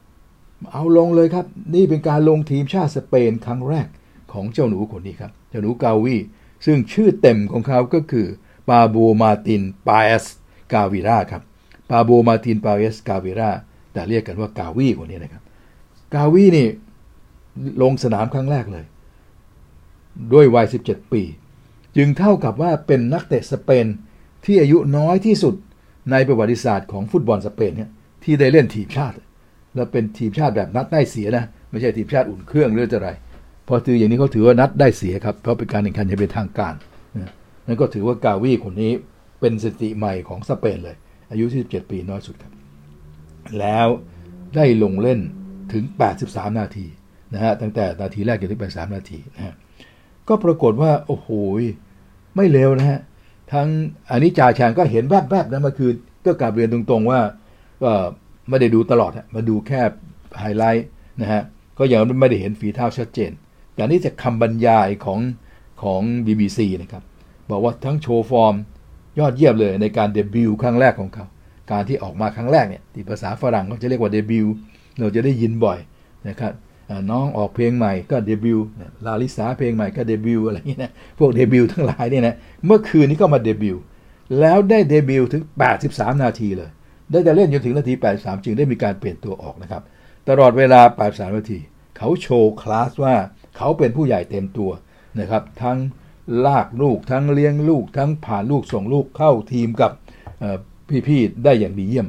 นี่เป็นการลงทีมชาติสเปนครั้งแรกของเจ้าหนูคนนี้ครับเจ้าหนูกาวีซึ่งชื่อเต็มของเขาก็คือปาโบมาตินปาเอสกาวิราครับปาโบมาตินปาเอสกาวิราแต่เรียกกันว่ากาวีคนนี้นะครับกาวีนี่ลงสนามครั้งแรกเลยด้วยวัย17ปีจึงเท่ากับว่าเป็นนักเตะสเปนที่อายุน้อยที่สุดในประวัติศาสตร์ของฟุตบอลสเปนเนี่ยที่ได้เล่นทีมชาติและเป็นทีมชาติแบบนัดได้เสียนะไม่ใช่ทีมชาติอุ่นเครื่องหรืออะไรพอถืออย่างนี้เขาถือว่านัดได้เสียครับเพราะเป็นการแข่งขันอย่างเป็นทางการนั่นก็ถือว่ากาวีคนนี้เป็นสถิติใหม่ของสเปนเลยอายุ17ปีน้อยสุดครับแล้วได้ลงเล่นถึง83นาทีนะฮะตั้งแต่นาทีแรกจนถึง83นาทีนะฮะก็ปรากฏว่าโอ้โหไม่เลวนะฮะทั้งอันนี้จ่าแชงก็เห็นแวบๆนะเมื่อคืนก็กลับเรียนตรงๆว่าไม่ได้ดูตลอดมาดูแค่ไฮไลท์นะฮะก็ยังไม่ได้เห็นฝีเท้าชัดเจนแต่นี่จะคำบรรยายของ BBC นะครับบอกว่าทั้งโชว์ฟอร์มยอดเยี่ยมเลยในการเดบิวต์ครั้งแรกของเขาการที่ออกมาครั้งแรกเนี่ยที่ภาษาฝรั่งเขาจะเรียกว่าเดบิวต์เราจะได้ยินบ่อยนะครับน้องออกเพลงใหม่ก็เดบิวต์ลาลิสาเพลงใหม่ก็เดบิวต์อะไรอย่างนี้นะพวกเดบิวต์ทั้งหลายเนี่ยนะเมื่อคืนนี้ก็มาเดบิวต์แล้วได้เดบิวต์ถึง83นาทีเลยได้แต่เล่นจนถึงนาที83จึงได้มีการเปลี่ยนตัวออกนะครับตลอดเวลา83นาทีเขาโชว์คลาสว่าเขาเป็นผู้ใหญ่เต็มตัวนะครับทั้งลากลูกทั้งเลี้ยงลูกทั้งผ่านลูกส่งลูกเข้าทีมกับพี่ๆได้อย่างดีเยี่ยม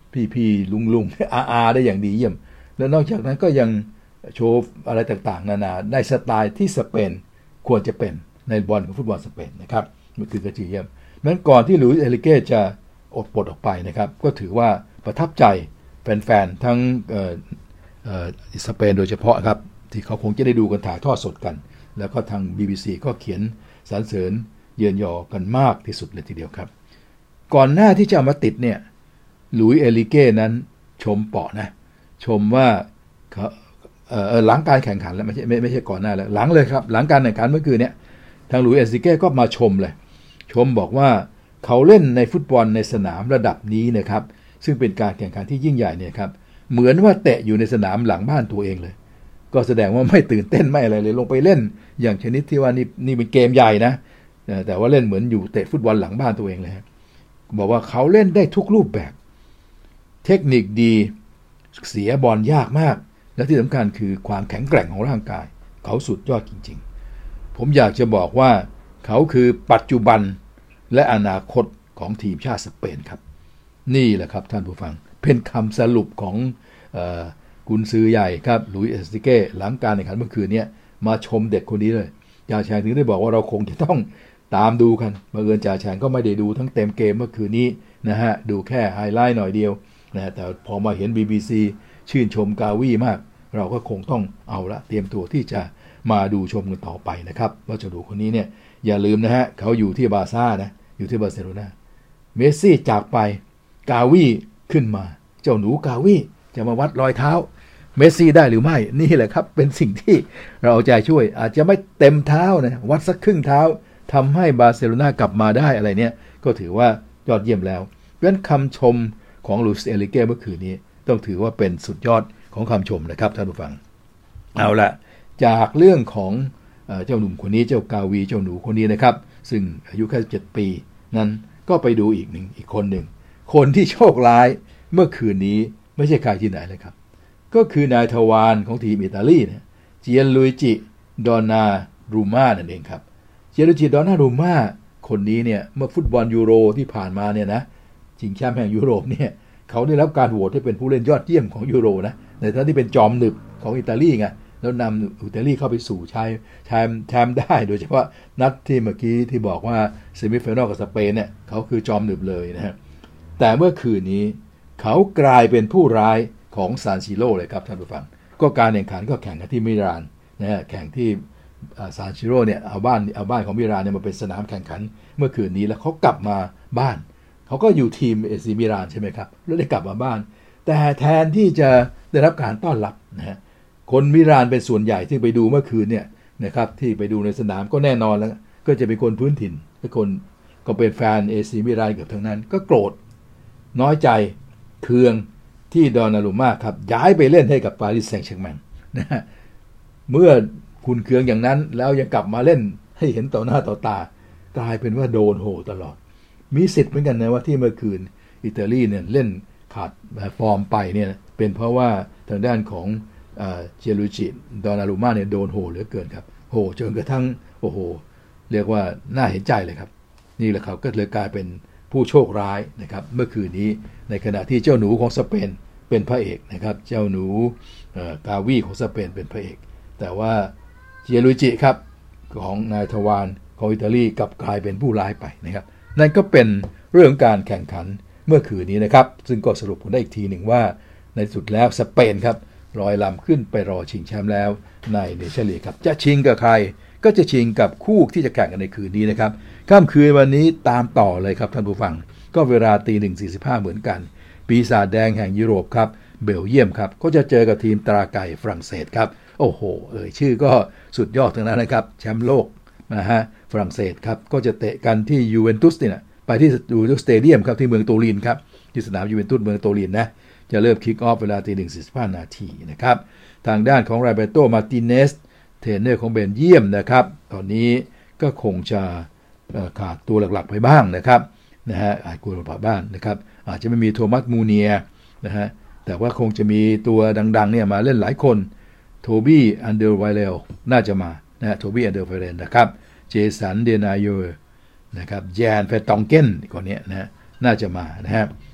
พี่ลุงอาได้อย่างดีเยี่ยมแล้วนอกจากนั้นก็ยังโชว์อะไรต่างๆนานาในสไตล์ที่สเปนควรจะเป็นในบอลของฟุตบอลสเปนนะครับมันคือกระจีเยี่ยมนั้นก่อนที่ลุยส์เอลิเก้จะปลดออกไปนะครับก็ถือว่าประทับใจแฟนๆทั้งสเปนโดยเฉพาะครับที่เขาคงจะได้ดูกันถ่ายทอดสดกันแล้วก็ทาง BBC ก็เขียนสรรเสริญเยือนยอกันมากที่สุดเลยทีเดียวครับก่อนหน้าที่จะมาติดเนี่ยลุยส์เอลิเก้นั้นชมเปาะนะชมว่าหลังการแข่งขันแล้วไม่ใช่ก่อนหน้าแล้วหลังเลยครับหลังการแข่งขันเมื่อคืนเนี่ยทางลุยส์เอลิเก้ก็มาชมเลยชมบอกว่าเขาเล่นในฟุตบอลในสนามระดับนี้นะครับซึ่งเป็นการแข่งขันที่ยิ่งใหญ่เนี่ยครับเหมือนว่าเตะอยู่ในสนามหลังบ้านตัวเองเลยก็แสดงว่าไม่ตื่นเต้นไม่อะไรเลยลงไปเล่นอย่างชนิดที่ว่านี่เป็นเกมใหญ่นะแต่ว่าเล่นเหมือนอยู่เตะฟุตบอลหลังบ้านตัวเองเลยบอกว่าเขาเล่นได้ทุกรูปแบบเทคนิคดีเสียบอลยากมากและที่สำคัญคือความแข็งแกร่งของร่างกายเขาสุดยอดจริงๆผมอยากจะบอกว่าเขาคือปัจจุบันและอนาคตของทีมชาติสเปนครับนี่แหละครับท่านผู้ฟังเป็นคำสรุปของกุนซือใหญ่ครับลุยส์เอลิเก้หลังการแข่งขันเมื่อคืนนี้มาชมเด็กคนนี้เลยจ่าแฉงถึงได้บอกว่าเราคงจะต้องตามดูกันบังเอิญจ่าแฉงก็ไม่ได้ดูทั้งเต็มเกมเมื่อคืนนี้นะฮะดูแค่ไฮไลท์หน่อยเดียวนะแต่พอมาเห็น BBC ชื่นชมกาวีมากเราก็คงต้องเอาละเตรียมตัวที่จะมาดูชมกันต่อไปนะครับว่าจะดูคนนี้เนี่ยอย่าลืมนะฮะเขาอยู่ที่บาร์ซ่านะอยู่ที่บาร์เซโลนาเมสซี่จากไปกาวีขึ้นมาเจ้าหนูกาวีจะมาวัดรอยเท้าเมสซี่ได้หรือไม่นี่แหละครับเป็นสิ่งที่เราเอาใจช่วยอาจจะไม่เต็มเท้านะวัดสักครึ่งเท้าทำให้บาร์เซโลนากลับมาได้อะไรเนี่ยก็ถือว่ายอดเยี่ยมแล้วเพราะฉะนั้นคำชมของลุยส์เอลิเก้เมื่อคืนนี้ต้องถือว่าเป็นสุดยอดของคำชมนะครับท่านผู้ฟังเอาละจากเรื่องของเจ้าหนุ่มคนนี้เจ้ากาวีเจ้าหนูคนนี้นะครับซึ่งอายุแค่17 ปีนั้นก็ไปดูอีกคนหนึ่งคนที่โชคร้ายเมื่อคืนนี้ไม่ใช่ใครที่ไหนเลยครับก็คือนายทวารของทีมอิตาลีเนี่ยเจียนลุยจิดอนนารูม่านั่นเองครับเจียนลุยจิดอนนารูม่าคนนี้เนี่ยเมื่อฟุตบอลยูโรที่ผ่านมาเนี่ยนะชิงแชมป์แห่งยุโรปเนี่ยเขาได้รับการโหวตให้เป็นผู้เล่นยอดเยี่ยมของยูโรนะในฐานะที่เป็นจอมหนึบของอิตาลีไงแล้วนำอิตาลีเข้าไปสู่แชมป์ได้โดยเฉพาะนัดที่เมื่อกี้ที่บอกว่าเซมิไฟนอลกับสเปนเนี่ยเขาคือจอมหนึบเลยนะฮะแต่เมื่อคืนนี้เขากลายเป็นผู้ร้ายของซานซิโร่เลยครับท่านผู้ฟังก็การแข่งขันก็แข่งกันที่มิลานนะฮะแข่งที่ซานซิโร่เนี่ยเอาบ้านของมิลานเนี่ยมาเป็นสนามแข่งขันเมื่อคืนนี้แล้วเขากลับมาบ้านเขาก็อยู่ทีมเอซีมิลานใช่ไหมครับแล้วได้กลับมาบ้านแต่แทนที่จะได้รับการต้อนรับนะฮะคนมิลานเป็นส่วนใหญ่ที่ไปดูเมื่อคืนเนี่ยนะครับที่ไปดูในสนามก็แน่นอนแล้วก็จะเป็นคนพื้นถิ่นเป็นคนก็เป็นแฟนเอซีมิลานเกือบทั้งนั้นก็โกรธน้อยใจเคืองที่ดอนนารูม่าครับย้ายไปเล่นให้กับปารีสแซงต์แชร์แมงนะฮะเมื่อคุณเคืองอย่างนั้นแล้วยังกลับมาเล่นให้เห็นต่อหน้าต่อตากลายเป็นว่าโดนโหตลอดมีสิทธิ์เหมือนกันนะว่าที่เมื่อคืนอิตาลีเนี่ยเล่นขาดฟอร์มไปเนี่ยเป็นเพราะว่าทางด้านของเจลูจิดอนนารูม่าเนี่ยโดนโหเหลือเกินครับโหจนกระทั่งโอ้โหเรียกว่าน่าเห็นใจเลยครับนี่แหละครับก็เลยกลายเป็นผู้โชคร้ายนะครับเมื่อคืนนี้ในขณะที่เจ้าหนูของสเปนเป็นพระเอกนะครับเจ้าหนูกาวีของสเปนเป็นพระเอกแต่ว่าเจียลุจิครับของนายทวารของอิตาลีกลับกลายเป็นผู้ร้ายไปนะครับนั่นก็เป็นเรื่องการแข่งขันเมื่อคืนนี้นะครับซึ่งก็สรุปกันได้อีกทีหนึ่งว่าในสุดแล้วสเปนครับลอยลำขึ้นไปรอชิงแชมป์แล้วในเนชั่นลีกครับจะชิงกับใครก็จะชิงกับคู่ที่จะแข่งกันในคืนนี้นะครับค่ำคืนวันนี้ตามต่อเลยครับท่านผู้ฟังก็เวลา 1:45 เหมือนกันปีศาจแดงแห่งยุโรปครับเบลเยียมครับก็จะเจอกับทีมตราไก่ฝรั่งเศสครับโอ้โหชื่อก็สุดยอดทั้งนั้นนะครับแชมป์โลกนะฮะฝรั่งเศสครับก็จะเตะกันที่ยูเวนตุสเนี่ยไปที่ยูเวนตุสสเตเดียมครับที่เมืองโตรินครับที่สนามยูเวนตุสเมืองโตรินนะจะเริ่มคิกออฟเวลา 1:45 นาทีนะครับทางด้านของไรเบโตมาร์ติเนสเทรนเนอร์ของเบลเยียมนะครับตอนนี้ก็คงจะขาดตัวหลักๆไปบ้างนะครับนะฮะอาจกลัวหลักบ้านนะครับอาจจะไม่มีโทมัสมูเนียนะฮะแต่ว่าคงจะมีตัวดังๆเนี่ยมาเล่นหลายคนโทบี้อันเดอร์ไวเลลน่าจะมานะฮะโทบี้อันเดอร์ไวเลลนะครับเจสันเดนายโยนะครับแยนเฟตองเกนคนนี้นะน่าจะมานะฮะ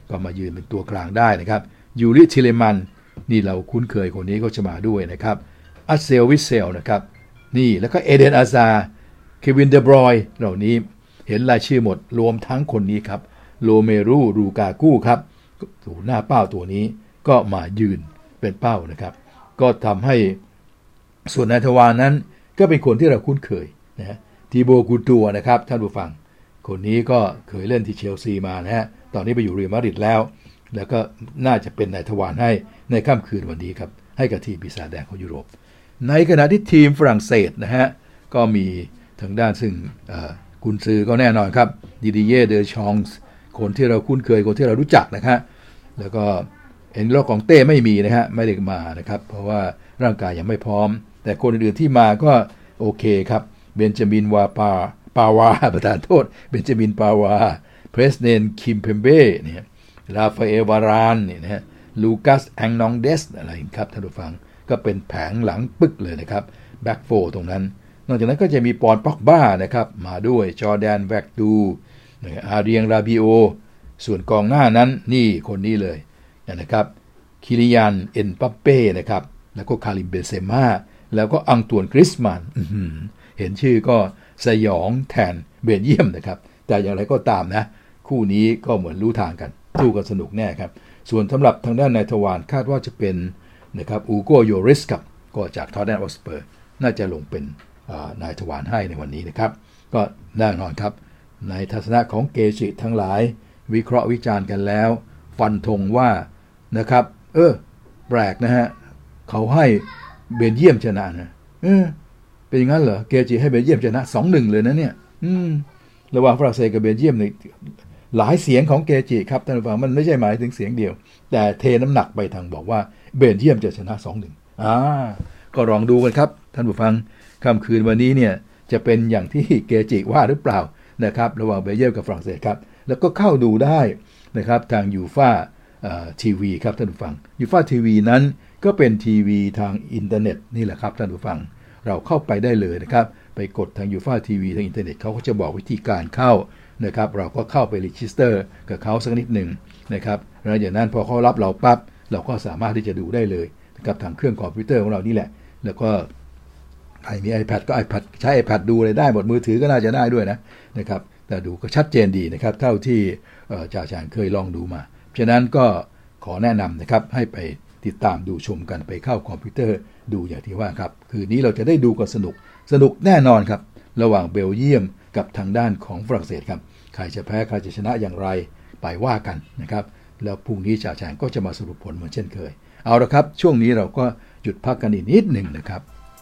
ก็มายืนเป็นตัวกลางได้นะครับยูริทิเลมันนี่เราคุ้นเคยคนนี้ก็จะมาด้วยนะครับอัสเซลวิเซลนะครับนี่แล้วก็เอเดนอาซาเควินเดบรอยเหล่านี้เห็นรายชื่อหมดรวมทั้งคนนี้ครับโรเมรูรูกากูครับถูหน้าเป้าตัวนี้ก็มายืนเป็นเป้านะครับก็ทำให้ส่วนนายทวารนั้นก็เป็นคนที่เราคุ้นเคยนะทีโบกูตัวนะครับท่านผู้ฟังคนนี้ก็เคยเล่นที่เชลซีมานะฮะตอนนี้ไปอยู่เรอัลมาดริดแล้วก็น่าจะเป็นนายทวารให้ในค่ำคืนวันนี้ครับให้กับทีมปีศาจแดงของยุโรปในขณะที่ทีมฝรั่งเศสนะฮะก็มีทางด้านซึ่งกุนซือก็แน่นอนครับดิดิเย่เดอชองส์คนที่เราคุ้นเคยคนที่เรารู้จักนะครับแล้วก็เอ็นโลของเต้ไม่มีนะฮะไม่ได้มานะครับเพราะว่าร่างกายยังไม่พร้อมแต่คนอื่นๆที่มาก็โอเคครับเบนจามินปาวาประธานโทษเบนจามินปาวาเพรสเนนคิมเพมเบ้เนี่ยราฟาเอลวารานเนี่ยนะฮะลูคัสแองนองเดสอะไรครับท่านผู้ฟังก็เป็นแผงหลังปึ๊กเลยนะครับแบ็กโฟตรงนั้นนอกจากนั้นก็จะมีปอนป็อกบ้านะครับมาด้วยจอร์แดนแวกดูอาเรียงราบิโอส่วนกองหน้านั้นนี่คนนี้เลยนะครับคิริยันเอ็นปัปเป้นะครับแล้วก็คาริมเบนเซม่าแล้วก็อังตวนกริสมันเห็นชื่อก็สยองแทนเบลเยียมนะครับแต่อย่างไรก็ตามนะคู่นี้ก็เหมือนรู้ทางกันสู้กันสนุกแน่ครับส่วนสำหรับทางด้านนายทวารคาดว่าจะเป็นนะครับอูโกโยริสกับก็จากทอตแนมฮอตสเปอร์น่าจะลงเป็นนายทวารให้ในวันนี้นะครับก็แน่นอนครับในทัศนะของเกจิทั้งหลายวิเคราะห์วิจารณ์กันแล้วฟันธงว่านะครับแปลกนะฮะเขาให้เบลเยียมชนะนะเป็นอย่างนั้นเหรอเกจิให้เบลเยียมชนะ 2-1 เลยนะเนี่ยระหว่างฝรั่งเศสกับเบลเยียมนี่หลายเสียงของเกจิครับท่านผู้ฟังมันไม่ใช่หมายถึงเสียงเดียวแต่เทน้ำหนักไปทางบอกว่าเบลเยียมจะชนะ 2-1 ก็ลองดูกันครับท่านผู้ฟังค่ำคืนวันนี้เนี่ยจะเป็นอย่างที่เกจิว่าหรือเปล่านะครับระหว่างเบลเยียมกับฝรั่งเศสครับแล้วก็เข้าดูได้นะครับทางยูฟ่าทีวีครับท่านผู้ฟังยูฟ่าทีวีนั้นก็เป็นทีวีทางอินเทอร์เน็ตนี่แหละครับท่านผู้ฟังเราเข้าไปได้เลยนะครับไปกดทางยูฟ่าทีวีทางอินเทอร์เน็ตเขาก็จะบอกวิธีการเข้านะครับเราก็เข้าไปรีจิสเตอร์กับเขาสักนิดหนึ่งนะครับแล้วจากนั้นพอเขารับเราปั๊บเราก็สามารถที่จะดูได้เลยนะครับทางเครื่องคอมพิวเตอร์ของเรานี่แหละแล้วก็ใครมี iPad ก็ iPad ใช้ iPad ดูเลยได้หมดมือถือก็น่าจะได้ด้วยนะครับแต่ดูก็ชัดเจนดีนะครับเท่าที่จ่าชานเคยลองดูมาฉะนั้นก็ขอแนะนำนะครับให้ไปติดตามดูชมกันไปเข้าคอมพิวเตอร์ดูอย่างที่ว่าครับคืนนี้เราจะได้ดูกันสนุกแน่นอนครับระหว่างเบลเยียมกับทางด้านของฝรั่งเศสครับใครจะแพ้ใครจะชนะอย่างไรไปว่ากันนะครับแล้วพรุ่งนี้จ่าชานก็จะมาสรุปผลเหมือนเช่นเคยเอาละครับช่วงนี้เราก็หยุดพักกันอีกนิดหนึ่งนะครับ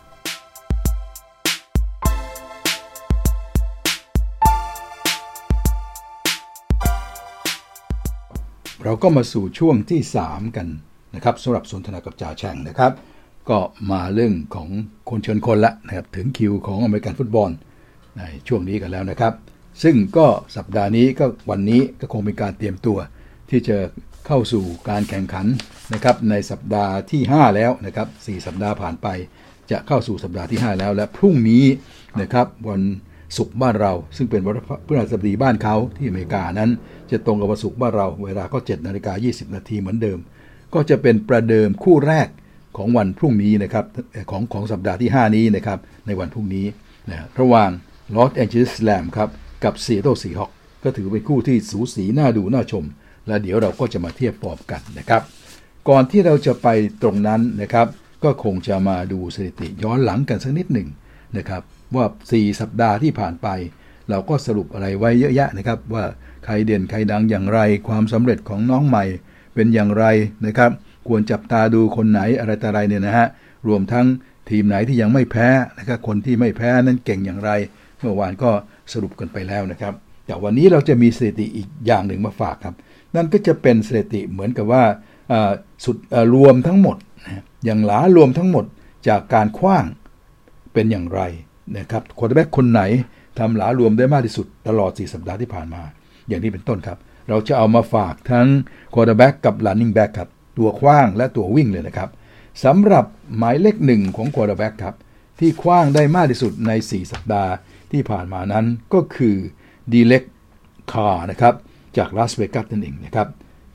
เราก็มาสู่ช่วงที่3กันนะครับสำหรับสนทนากับจ่าแช่งนะครับก็มาเรื่องของคนเชิญคนละนะครับถึงคิวของอเมริกันฟุตบอลในช่วงนี้กันแล้วนะครับซึ่งก็สัปดาห์นี้ก็วันนี้ก็คงเป็นการเตรียมตัวที่จะเข้าสู่การแข่งขันนะครับในสัปดาห์ที่5แล้วนะครับ4สัปดาห์ผ่านไปจะเข้าสู่สัปดาห์ที่5แล้วและพรุ่งนี้นะครับวันศุกร์บ้านเราซึ่งเป็นวันพฤหัสบดีบ้านเขาที่อเมริกานั้นจะตรงกับวันศุกร์บ้านเราเวลาก็ 7:20 น.เหมือนเดิมก็จะเป็นประเดิมคู่แรกของวันพรุ่งนี้นะครับของสัปดาห์ที่5นี้นะครับในวันพรุ่งนี้นะระหว่างลอสแองเจลิสแรมครับกับซีแอตเทิลซีฮอคก็ถือเป็นคู่ที่สูสีน่าดูน่าชมและเดี๋ยวเราก็จะมาเทียบปอบกันนะครับก่อนที่เราจะไปตรงนั้นนะครับก็คงจะมาดูสถิติย้อนหลังกันสักนิดหนึ่งนะครับว่า4สัปดาห์ที่ผ่านไปเราก็สรุปอะไรไว้เยอะแยะนะครับว่าใครเด่นใครดังอย่างไรความสำเร็จของน้องใหม่เป็นอย่างไรนะครับควรจับตาดูคนไหนอะไรต่ออะไรเนี่ยนะฮะรวมทั้งทีมไหนที่ยังไม่แพ้นะครับคนที่ไม่แพ้นั้นเก่งอย่างไรเมื่อวานก็สรุปกันไปแล้วนะครับแต่วันนี้เราจะมีสถิติอีกอย่างหนึ่งมาฝากครับนั่นก็จะเป็นสถิติเหมือนกับว่าสุดรวมทั้งหมดอย่างหลารวมทั้งหมดจากการขว้างเป็นอย่างไรนะครับควอเตอร์แบ็คคนไหนทำหลารวมได้มากที่สุดตลอด4สัปดาห์ที่ผ่านมาอย่างนี้เป็นต้นครับเราจะเอามาฝากทั้งควอเตอร์แบ็คกับรันนิ่งแบ็คครับตัวขว้างและตัววิ่งเลยนะครับสำหรับหมายเลข1ของควอเตอร์แบ็คครับที่ขว้างได้มากที่สุดใน4สัปดาห์ที่ผ่านมานั้นก็คือดีเล็กคาร์นะครับจากลาสเวกัสนั่นเองนะครับ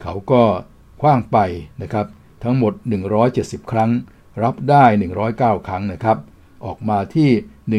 เขาก็ขว้างไปนะครับทั้งหมด170ครั้งรับได้109ครั้งนะครับออกมาที่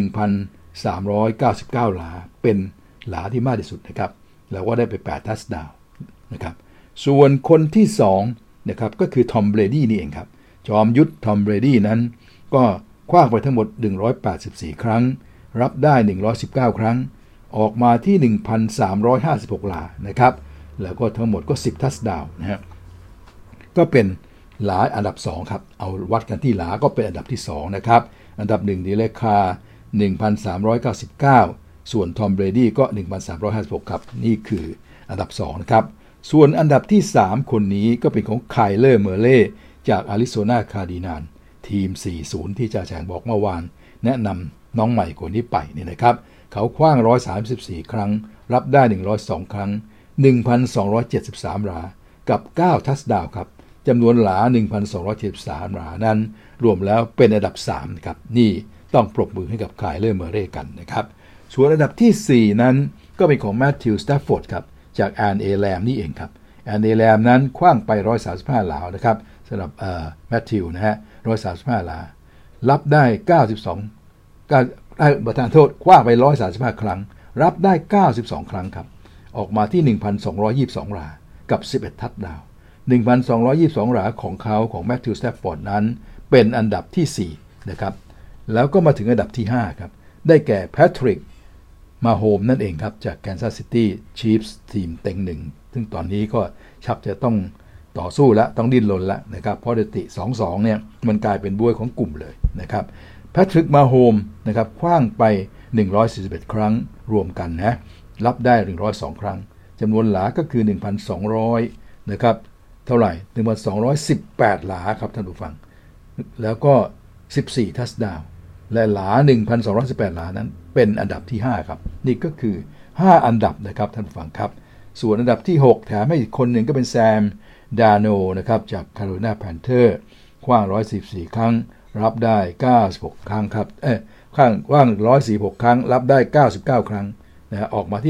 1,399 หลาเป็นหลาที่มากที่สุดนะครับแล้วก็ได้ไป8ทัชดาวน์นะครับส่วนคนที่2นะครับก็คือทอมเบรดี้นี่เองครับจอมยุทธทอมเบรดี้นั้นก็ขว้างไปทั้งหมด184ครั้งรับได้119ครั้งออกมาที่ 1,356 หลานะครับแล้วก็ทั้งหมดก็10ทัชดาวน์นะฮะก็เป็นหลาอันดับ2ครับเอาวัดกันที่หลาก็เป็นอันดับที่2นะครับอันดับ1ดีเลคา 1,399 ส่วนทอมเบรดี้ก็ 1,356 ครับนี่คืออันดับ2นะครับส่วนอันดับที่3คนนี้ก็เป็นของไคลเลอร์เมอร์เล่จากอาริโซนาคาร์ดินาลทีม 40 ที่จ่าแฉงบอกเมื่อวานแนะนำน้องใหม่คนนี้ไปนี่นะครับเขาขว้าง134ครั้งรับได้102ครั้ง 1,273 หลากับ9ทัชดาวน์ครับจำนวนหลา 1,273 หลานั้นรวมแล้วเป็นอันดับ3ครับนี่ต้องปรบมือให้กับไคลเลอร์เมอร์เร่กันนะครับส่วนอันดับที่4นั้นก็เป็นของแมทธิว สแตฟฟอร์ดครับจากแอนเอแลมนี่เองครับแอนเอแลมนั้นขว้างไป135หลานะครับสำหรับแมทธิวนะฮะ135หลารับได้ประธานโทษขว้างไป135ครั้งรับได้92ครั้งครับออกมาที่ 1,222 หลากับ11ทัชดาวน์1,222 หลาของเขาของแมทธิว สแตฟฟอร์ดนั้นเป็นอันดับที่4นะครับแล้วก็มาถึงอันดับที่5ครับได้แก่แพทริกมาโฮมนั่นเองครับจากแคนซัสซิตี้ชีฟส์ทีมเต็ง1ซึ่งตอนนี้ก็ชักจะต้องต่อสู้แล้วต้องดิ้นรนแล้วนะครับเพราะเดติ 2-2 เนี่ยมันกลายเป็นบ้วยของกลุ่มเลยนะครับแพทริกมาโฮมนะครับขว้างไป141ครั้งรวมกันนะรับได้102ครั้งจำนวนหลาก็คือ 1,200 นะครับเท่าไหร่ 1,218 หลาครับท่านผู้ฟังแล้วก็14ทัชดาวน์และหลา 1,218 หลานั้นเป็นอันดับที่5ครับนี่ก็คือ5อันดับนะครับท่านผู้ฟังครับส่วนอันดับที่6แถมให้อีกคนหนึ่งก็เป็นแซมดาโนนะครับจากแคโรไลนาแพนเทอร์ขว้าง114ครั้งรับได้96ครั้งครับขว้าง146ครั้งรับได้99ครั้งนะออกมาที่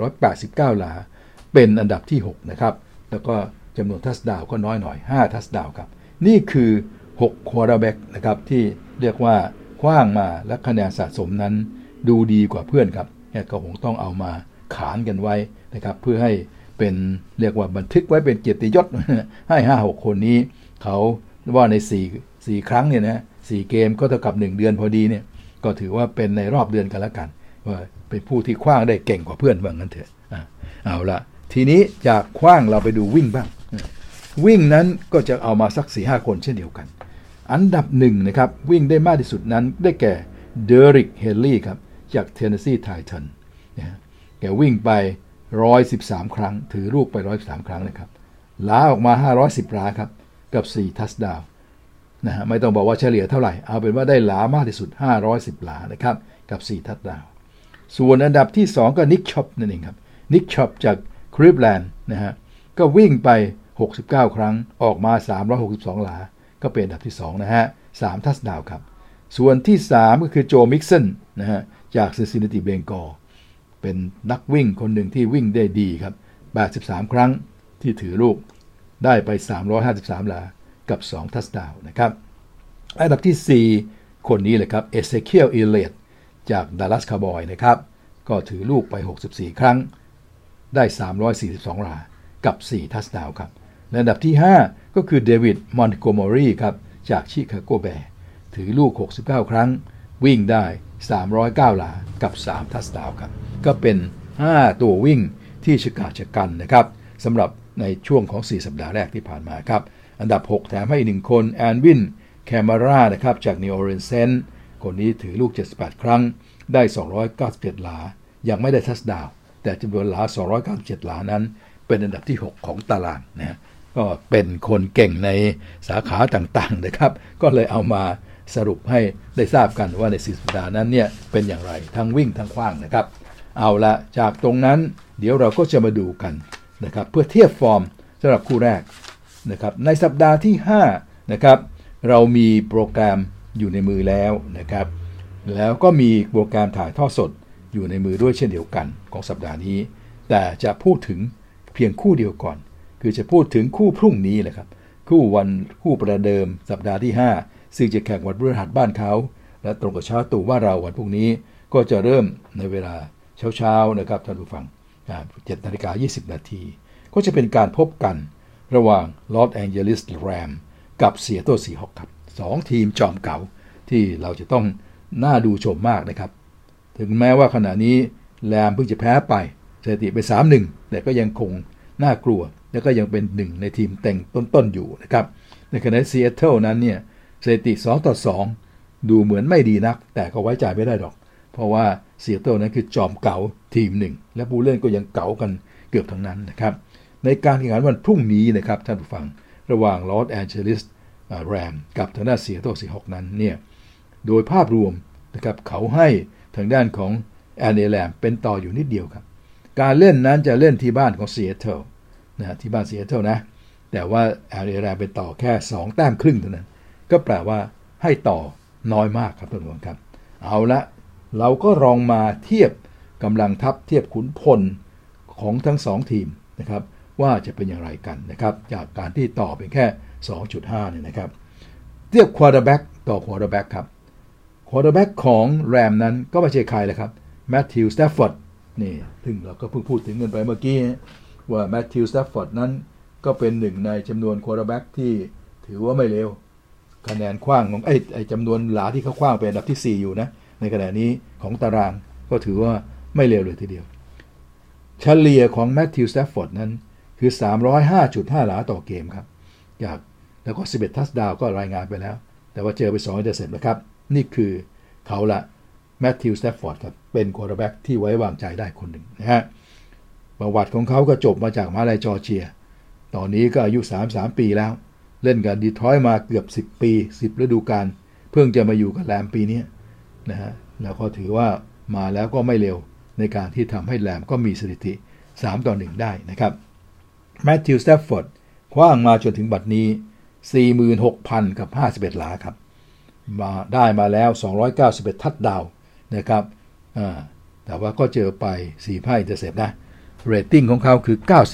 1,189 หลาเป็นอันดับที่6นะครับแล้วก็จำนวนทัชดาวน์ก็น้อยหน่อย5ทัชดาวน์ครับนี่คือ6 ควอเตอร์แบ็กนะครับที่เรียกว่าขว้างมาและคะแนนสะสมนั้นดูดีกว่าเพื่อนครับก็คงต้องเอามาขานกันไว้นะครับเพื่อให้เป็นเรียกว่าบันทึกไว้เป็นเกียรติยศให้ 5-6 คนนี้เขาว่าใน4ครั้งเนี่ยนะ4เกมก็เท่ากับ1เดือนพอดีเนี่ยก็ถือว่าเป็นในรอบเดือนกันแล้วกันว่าเป็นผู้ที่ขว้างได้เก่งกว่าเพื่อนว่างั้นเถอะเอาละทีนี้จากขว้างเราไปดูวิ่งบ้างวิ่งนั้นก็จะเอามาสัก 4-5 คนเช่นเดียวกันอันดับ1นะครับวิ่งได้มากที่สุดนั้นได้แก่เดริกเฮนรี่ครับจากเทนเนสซีไททันนะแกวิ่งไป113ครั้งถือลูกไป113ครั้งนะครับล้าออกมา510หลาครับกับ4ทัชดาวน์นะฮะไม่ต้องบอกว่าเฉลี่ยเท่าไหร่เอาเป็นว่าได้หลามากที่สุด510หลานะครับกับ4ทัชดาวน์ส่วนอันดับที่2ก็นิกช็อปนั่นเองครับนิกช็อปจากคลิฟแลนด์นะฮะก็วิ่งไป69ครั้งออกมา362หลาก็เป็นอันดับที่2นะฮะ3ทัชดาวน์ครับส่วนที่3ก็คือโจมิกสันนะฮะจากซินซินนาติเบงกอลเป็นนักวิ่งคนหนึ่งที่วิ่งได้ดีครับ83ครั้งที่ถือลูกได้ไป353หลากับ2ทัชดาวน์นะครับอันดับที่4คนนี้เลยครับเอเซเคียลอิเลตจากดัลลัสคาวบอยนะครับก็ถือลูกไป64ครั้งได้342หลากับ4ทัชดาวน์ครับและอันดับที่5ก็คือเดวิดมอนโกเมอรี่ครับจากชิคาโกแบร์ถือลูก69ครั้งวิ่งได้309หลากับ3ทัชดาวน์ครับก็เป็น5ตัววิ่งที่ฉกาจชะกันนะครับสำหรับในช่วงของ4สัปดาห์แรกที่ผ่านมาครับอันดับ6แถมให้อีก1คนแอนวินแคมารานะครับจากนิวออร์ลีนส์เซนต์คนนี้ถือลูก78ครั้งได้297หลายังไม่ได้ทัชดาวน์แต่จำนวนหลา297หลานั้นเป็นอันดับที่6ของตารางนะก็เป็นคนเก่งในสาขาต่างๆนะครับก็เลยเอามาสรุปให้ได้ทราบกันว่าใน4สัปดาห์นั้นเนี่ยเป็นอย่างไรทั้งวิ่งทั้งขว้างนะครับเอาละจากตรงนั้นเดี๋ยวเราก็จะมาดูกันนะครับเพื่อเทียบฟอร์มสำหรับคู่แรกนะครับในสัปดาห์ที่5นะครับเรามีโปรแกรมอยู่ในมือแล้วนะครับแล้วก็มีโปรแกรมถ่ายทอดสดอยู่ในมือด้วยเช่นเดียวกันของสัปดาห์นี้แต่จะพูดถึงเพียงคู่เดียวก่อนคือจะพูดถึงคู่พรุ่งนี้แหละครับคู่ประเดิมสัปดาห์ที่5ซึ่งจะแข่งวันพฤหัสบ้านเขาและตรงกับเช้าตรู่ว่าเราวันพรุ่งนี้ก็จะเริ่มในเวลาเช้านะครับท่านผู้ฟัง7:20 นาทีก็จะเป็นการพบกันระหว่างลอสแองเจลิสแรมกับซีแอตเทิลซีฮอคครับ2ทีมจอมเก่าที่เราจะต้องน่าดูชมมากนะครับถึงแม้ว่าขณะนี้แรมเพิ่งจะแพ้ไปสถิติไป 3-1 แต่ก็ยังคงน่ากลัวและก็ยังเป็นหนึ่งในทีมแต่งต้นๆอยู่นะครับในขณะที่ซีแอตเทิลนั้นเนี่ยสถิติ 2-2 ดูเหมือนไม่ดีนักแต่ก็ไว้ใจไม่ได้หรอกเพราะว่าซีแอตเทิลนั้นคือจอมเก่าทีมหนึ่งและผู้เล่นก็ยังเก่ากันเกือบทั้งนั้นนะครับในการแข่งขันวันพรุ่งนี้นะครับท่านผู้ฟังระหว่างลอสแองเจลิสแรมกับทางด้านซีแอตเทิลซีฮอคนั้นเนี่ยโดยภาพรวมนะครับเขาให้ทางด้านของแอนเดแรมเป็นต่ออยู่นิดเดียวครับการเล่นนั้นจะเล่นที่บ้านของซีแอตเทิลนะที่บ้านซีแอตเทิลนะแต่ว่าแอนเดแรมเป็นต่อแค่2แต้มครึ่งเท่านั้นก็แปลว่าให้ต่อน้อยมากครับท่านผู้ชมครับเอาละเราก็ลองมาเทียบกำลังทัพเทียบขุนพลของทั้ง2ทีมนะครับว่าจะเป็นอย่างไรกันนะครับจากการที่ต่อเป็นแค่ 2.5 เนี่ยนะครับเทียบควอเตอร์แบ็กต่อควอเตอร์แบ็กครับควอเตอร์แบ็กของแรมนั้นก็ไม่ใช่ใครเลยครับแมทธิว สแตฟฟอร์ดนี่ซึ่งเราก็เพิ่งพูดถึงกันไปเมื่อกี้ว่าแมทธิว สแตฟฟอร์ดนั้นก็เป็นหนึ่งในจำนวนควอเตอร์แบ็กที่ถือว่าไม่เลวคะแนนขว้างของไอ้จำนวนหลาที่เขาขว้างเป็นอันดับที่4อยู่นะในขณะนี้ของตารางก็ถือว่าไม่เลวเลยทีเดียวเฉลี่ยของแมทธิว สแตฟฟอร์ดนั้นคือ 305.5 หลาต่อเกมครับแล้วก็11ทัชดาวน์ก็รายงานไปแล้วแต่ว่าเจอไป2 อินเตอร์เซปนะครับนี่คือเขาละแมทธิว สแตฟฟอร์ดครับเป็นควอเตอร์แบ็กที่ไว้วางใจได้คนหนึ่งนะฮะประวัติของเขาก็จบมาจากมหาวิทยาลัยจอร์เจียตอนนี้ก็อายุ33 ปีแล้วเล่นกับดีทรอยต์มาเกือบ10 ปี10ฤดูกาลเพิ่งจะมาอยู่กับแรมปีนี้นะฮะแล้วก็ถือว่ามาแล้วก็ไม่เร็วในการที่ทำให้แรมก็มีสถิติ3-1ได้นะครับแมทธิว สแตฟฟอร์ดคว้างมาจนถึงบัดนี้ 46,000 กับ 51 หลาครับมาได้มาแล้ว291ทัชดาวน์นะครับแต่ว่าก็เจอไป4 อินเตอร์เซปนะเรตติ้งของเขาคือ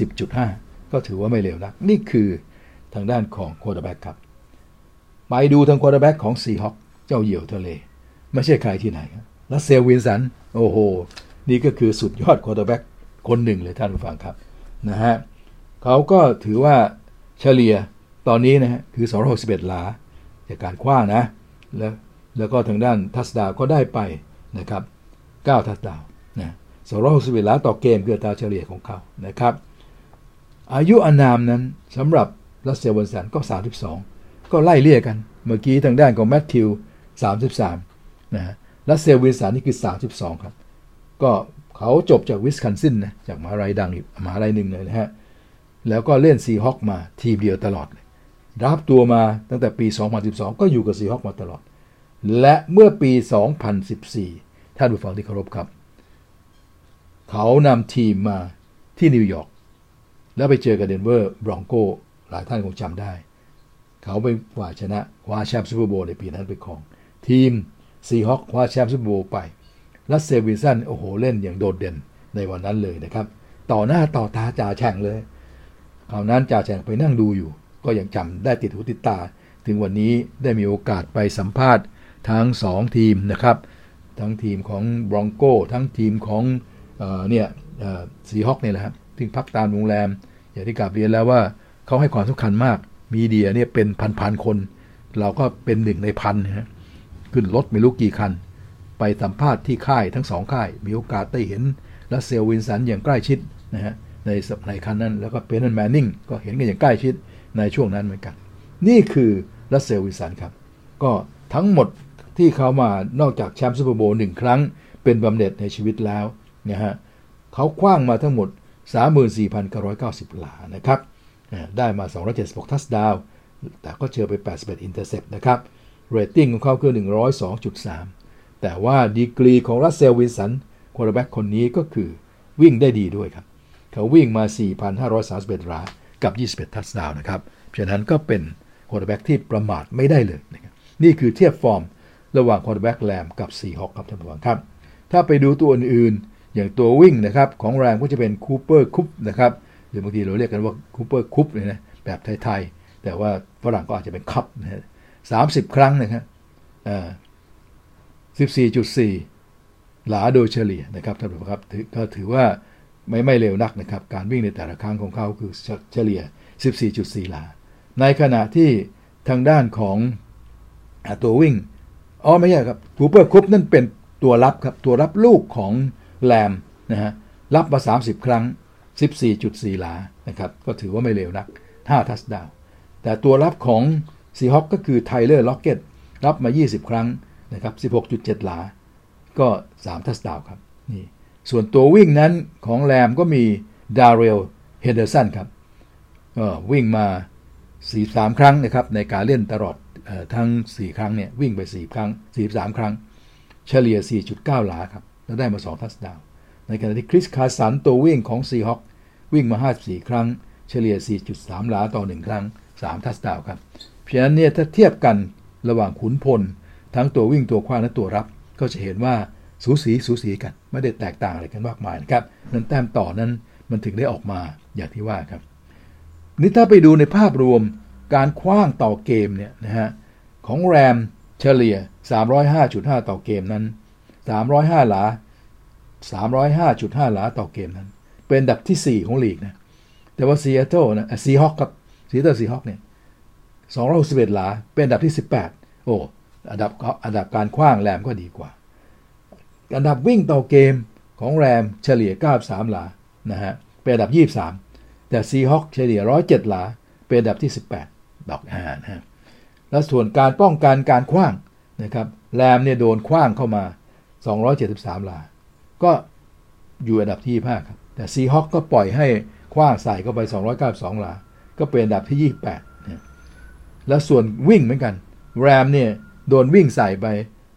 90.5 ก็ถือว่าไม่เลวนักนี่คือทางด้านของควอเตอร์แบ็กครับไปดูทางควอเตอร์แบ็กของซีฮอคเจ้าเหยี่ยวทะเลไม่ใช่ใครที่ไหนครับรัสเซล วิลสันโอ้โหนี่ก็คือสุดยอดควอเตอร์แบ็กคนหนึ่งเลยท่านผู้ฟังครับนะฮะเขาก็ถือว่าเฉลี่ยตอนนี้นะฮะคือ261หลาจากการคว้างนะแล้วก็ทางด้านทัชดาวน์ก็ได้ไปนะครับ9ทัชดาวน์นะ261หลาต่อเกมคืออัตราเฉลี่ยของเขานะครับอายุอานามนั้นสำหรับรัสเซล วิลสันก็32ก็ไล่เลี่ยกันเมื่อกี้ทางด้านของแมทธิว33นะฮะรัสเซล วิลสันนี่คือ32ครับก็เขาจบจากวิสคอนซินนะจากมหาวิทยาลัยดังอีกมหาวิทยาลัยหนึ่งเลยนะฮะแล้วก็เล่นซีฮอคมาทีมเดียวตลอดเลยรับตัวมาตั้งแต่ปี2012ก็อยู่กับซีฮอคมาตลอดและเมื่อปี2014ท่านผู้ฟังที่เคารพครับเขานำทีมมาที่นิวยอร์กแล้วไปเจอกับเดนเวอร์บรอนโกหลายท่านคงจำได้เขาไปคว้าชนะคว้าแชมป์ซูเปอร์โบว์ในปีนั้นไปของทีมซีฮอคคว้าแชมป์ซูเปอร์โบว์ไปรัสเซล วิลสันโอ้โหเล่นอย่างโดดเด่นในวันนั้นเลยนะครับต่อหน้าต่อตาจ่าแช่งเลยคราวนั้นจ่าแช่งไปนั่งดูอยู่ก็ยังจำได้ติดหูติดตาถึงวันนี้ได้มีโอกาสไปสัมภาษณ์ทั้ง2ทีมนะครับทั้งทีมของบรอนโกทั้งทีมของซีฮอคเนี่ยแหละครับที่พักตามโรงแรมอย่างที่กลับเรียนแล้วว่าเขาให้ความสำคัญมากมีเดียเนี่ยเป็นพันๆคนเราก็เป็น1 ใน 1,000นะฮะขึ้นรถไม่รู้กี่คันไปสัมภาษณ์ที่ค่ายทั้ง2ค่ายมีโอกาสได้เห็นรัสเซล วิลสันอย่างใกล้ชิดนะฮะในคันนั้นแล้วก็เป็นแมนนิงก็เห็นกันอย่างใกล้ชิดในช่วงนั้นเหมือนกันนี่คือรัสเซล วิลสันครับก็ทั้งหมดที่เขามานอกจากแชมป์ซูเปอร์โบว์1 ครั้งเป็นบำเหน็จในชีวิตแล้วนะฮะเขาคว้างมาทั้งหมด 34,990 หลานะครับได้มา276ทัชดาวน์แต่ก็เจอไป81อินเตอร์เซปนะครับเรตติ้งของเขาคือ 102.3 แต่ว่าดีกรีของรัสเซล วิลสันควอเตอร์แบ็กคนนี้ก็คือวิ่งได้ดีด้วยครับเขาวิ่งมา 4,531 หลากับ21ทัชดาวน์นะครับฉะนั้นก็เป็นควอเตอร์แบ็กที่ประมาทไม่ได้เลยนะครับนี่คือเทียบฟอร์มระหว่างควอเตอร์แบ็กแรมกับซีฮอคครับท่านผู้ฟังครับถ้าไปดูตัวอื่นๆอย่างตัววิ่งนะครับของแรมก็จะเป็นคูเปอร์คุปนะครับรือบางทีเราเรียกกันว่าคูเปอร์คุปเนี่ยนะแบบไทยๆแต่ว่าฝรั่งก็อาจจะเป็นคัพนะฮะ30 ครั้งนะครับ14.4 หลาโดยเฉลี่ยนะครับท่านผู้ชมครับก็ถือว่าไม่เร็วนักนะครับการวิ่งในแต่ละครั้งของเขาคือเฉลี่ย 14.4 หลาในขณะที่ทางด้านของตัววิ่งไม่ใช่ครับคูเปอร์คุปนั่นเป็นตัวรับครับตัวรับลูกของแรมนะฮะรับมา30 ครั้ง 14.4 หลานะครับก็ถือว่าไม่เร็วนัก5 ทัชดาวน์แต่ตัวรับของซีฮอคก็คือไทเลอร์ล็อกเก็ตรับมา20 ครั้งนะครับ 16.7 หลาก็3 ทัชดาวน์ครับนี่ส่วนตัววิ่งนั้นของแรมก็มีดาเรลเฮเดอร์สันครับวิ่งมา43 ครั้งนะครับในการเล่นตลอดทั้ง4 ครั้งเนี่ยวิ่งไป4 ครั้ง43 ครั้งเฉลี่ย 4.9 หลาครับแล้วได้มา2 ทัชดาวน์ในขณะที่คริสคาสันตัววิ่งของซีฮอควิ่งมา54 ครั้งเฉลี่ย 4.3 หลาต่อ1 ครั้ง3 ทัชดาวน์ครับเพราะฉะนั้นเนี่ยถ้าเทียบกันระหว่างขุนพลทั้งตัววิ่งตัวขว้างและตัวรับก็จะเห็นว่าสูสีกันไม่ได้แตกต่างอะไรกันมากมายนะครับนั้นแต้มต่อนั้นมันถึงได้ออกมาอย่างที่ว่าครับนี่ถ้าไปดูในภาพรวมการขว้างต่อเกมเนี่ยนะฮะของแรมเฉลี่ย 305.5 ต่อเกมนั้น305 หลา 305.5 หลาต่อเกมนั้นเป็นอันดับที่4ของลีกนะแต่ว่าซีแอตเทิลนะซีฮอคครับซีแอตเทิลซีฮอคเนี่ย261 หลาเป็นอันดับที่18โอ้อันดับการขว้างแรมก็ดีกว่าอันดับวิ่งต่อเกมของแรมเฉลี่ย93 หลานะฮะเป็นอันดับ23แต่ซีฮอคเฉลี่ย107 หลาเป็นอันดับที่18นะฮะแล้วส่วนการป้องกันการขว้างนะครับแรมเนี่ยโดนขว้างเข้ามา273 หลาก็อยู่อันดับที่25ครับแต่ซีฮอคก็ปล่อยให้ขว้างใส่เข้าไป292 หลาก็เป็นอันดับที่28นะแล้วส่วนวิ่งเหมือนกันแรมเนี่ยโดนวิ่งใส่ไป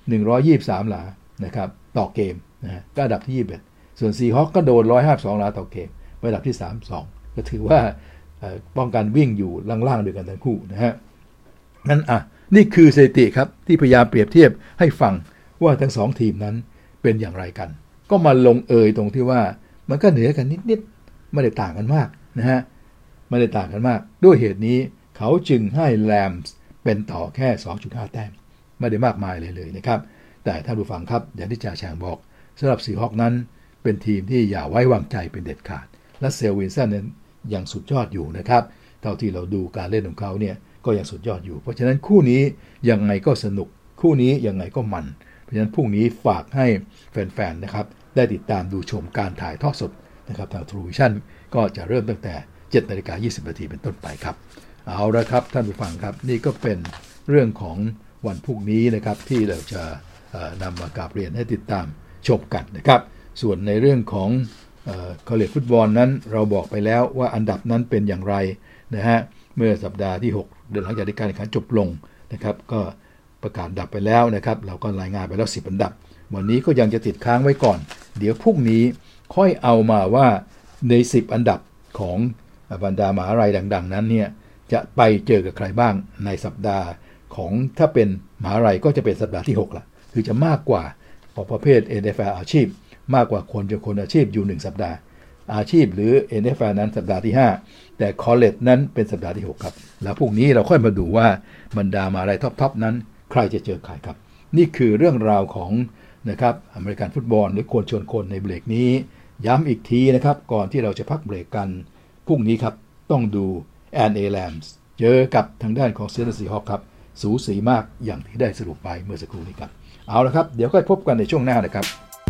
123 หลานะครับต่อเกมนะฮะก็อันดับที่21ส่วนซีฮอคก็โดน152 หลาต่อเกมเป็นอันดับที่32ก็ถือว่าป้องกันวิ่งอยู่ล่างๆด้วยกันทั้งคู่นะฮะนั่นนี่คือสถิติครับที่พยายามเปรียบเทียบให้ฟังว่าทั้ง2ทีมนั้นเป็นอย่างไรกันก็มาลงเอยตรงที่ว่ามันก็เหนือกันนิดๆไม่ได้ต่างกันมากนะฮะไม่ได้ต่างกันมากด้วยเหตุนี้เขาจึงให้แรมส์เป็นต่อแค่ 2.5 แต้มไม่ได้มากมายเลยนะครับแต่ท่านผู้ฟังครับอย่างที่จ่าแฉงบอกสำหรับซีฮอคนั้นเป็นทีมที่อย่าไว้วางใจเป็นเด็ดขาดและเซลวินสันนั้นยังสุดยอดอยู่นะครับเท่าที่เราดูการเล่นของเขาเนี่ยก็ยังสุดยอดอยู่เพราะฉะนั้นคู่นี้ยังไงก็สนุกคู่นี้ยังไงก็มันเพราะฉะนั้นพรุ่งนี้ฝากให้แฟนๆนะครับได้ติดตามดูชมการถ่ายทอดสดนะครับทาง True Vision ก็จะเริ่มตั้งแต่ 7:20 น.เป็นต้นไปครับเอาละครับท่านผู้ฟังครับนี่ก็เป็นเรื่องของวันพรุ่งนี้นะครับที่เราจะนำมากราบเรียนให้ติดตามชมกันนะครับส่วนในเรื่องของคอลเลจฟุตบอลนั้นเราบอกไปแล้วว่าอันดับนั้นเป็นอย่างไรนะฮะเมื่อสัปดาห์ที่6เดือนหลังจากที่การแข่งขันจบลงนะครับก็ประกาศอันดับไปแล้วนะครับเราก็รายงานไปแล้ว10 อันดับวันนี้ก็ยังจะติดค้างไว้ก่อนเดี๋ยวพรุ่งนี้ค่อยเอามาว่าใน10 อันดับของบรรดามหาวิทยาลัยดังๆนั้นเนี่ยจะไปเจอกับใครบ้างในสัปดาห์ของถ้าเป็นมหาวิทยาลัยก็จะเป็นสัปดาห์ที่6ละคือจะมากกว่าประเภท NFL อาชีพมากกว่าคนอาชีพอยู่1สัปดาห์อาชีพหรือ NFL นั้นสัปดาห์ที่5แต่คอลเลจนั้นเป็นสัปดาห์ที่6ครับแล้วพรุ่งนี้เราค่อยมาดูว่าบรรดามหาวิทยาลัยท็อปนั้นใครจะเจอใครครับนี่คือเรื่องราวของนะครับอเมริกันฟุตบอลหรือคนชวนคนในเบรกนี้ย้ำอีกทีนะครับก่อนที่เราจะพักเบรกกันพรุ่งนี้ครับต้องดูLA Rams เจอกับทางด้านของ Seattle Seahawks ครับสูสีมากอย่างที่ได้สรุปไปเมื่อสักครู่นี้ครับเอาละครับเดี๋ยวค่อยพบกันในช่วงหน้านะครับ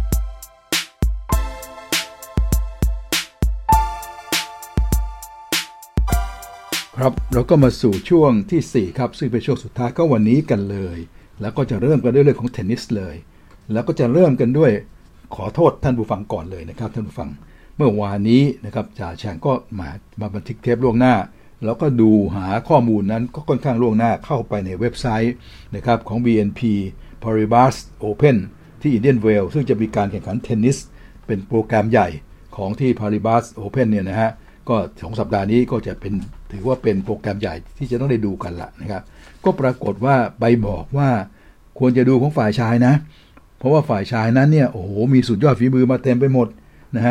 ครับเราก็มาสู่ช่วงที่4ครับซึ่งเป็นช่วงสุดท้ายก็วันนี้กันเลยแล้วก็จะเริ่มกันด้วยเรื่องของเทนนิสเลยแล้วก็จะเริ่มกันด้วยขอโทษท่านผู้ฟังก่อนเลยนะครับท่านผู้ฟังเมื่อวานนี้นะครับจ่าแฉงก็มาบันทึกเทปล่วงหน้าแล้วก็ดูหาข้อมูลนั้นก็ค่อนข้างล่วงหน้าเข้าไปในเว็บไซต์นะครับของ BNP Paribas Open ที่ Indian Wells ซึ่งจะมีการแข่งขันเทนนิสเป็นโปรแกรมใหญ่ของที่ Paribas Open เนี่ยนะฮะก็2 สัปดาห์นี้ก็จะเป็นถือว่าเป็นโปรแกรมใหญ่ที่จะต้องได้ดูกันละนะครับก็ปรากฏว่าใบบอกว่าควรจะดูของฝ่ายชายนะเพราะว่าฝ่ายชายนั้นเนี่ยโอ้โหมีสุดยอดฝีมือมาเต็มไปหมดนะฮะ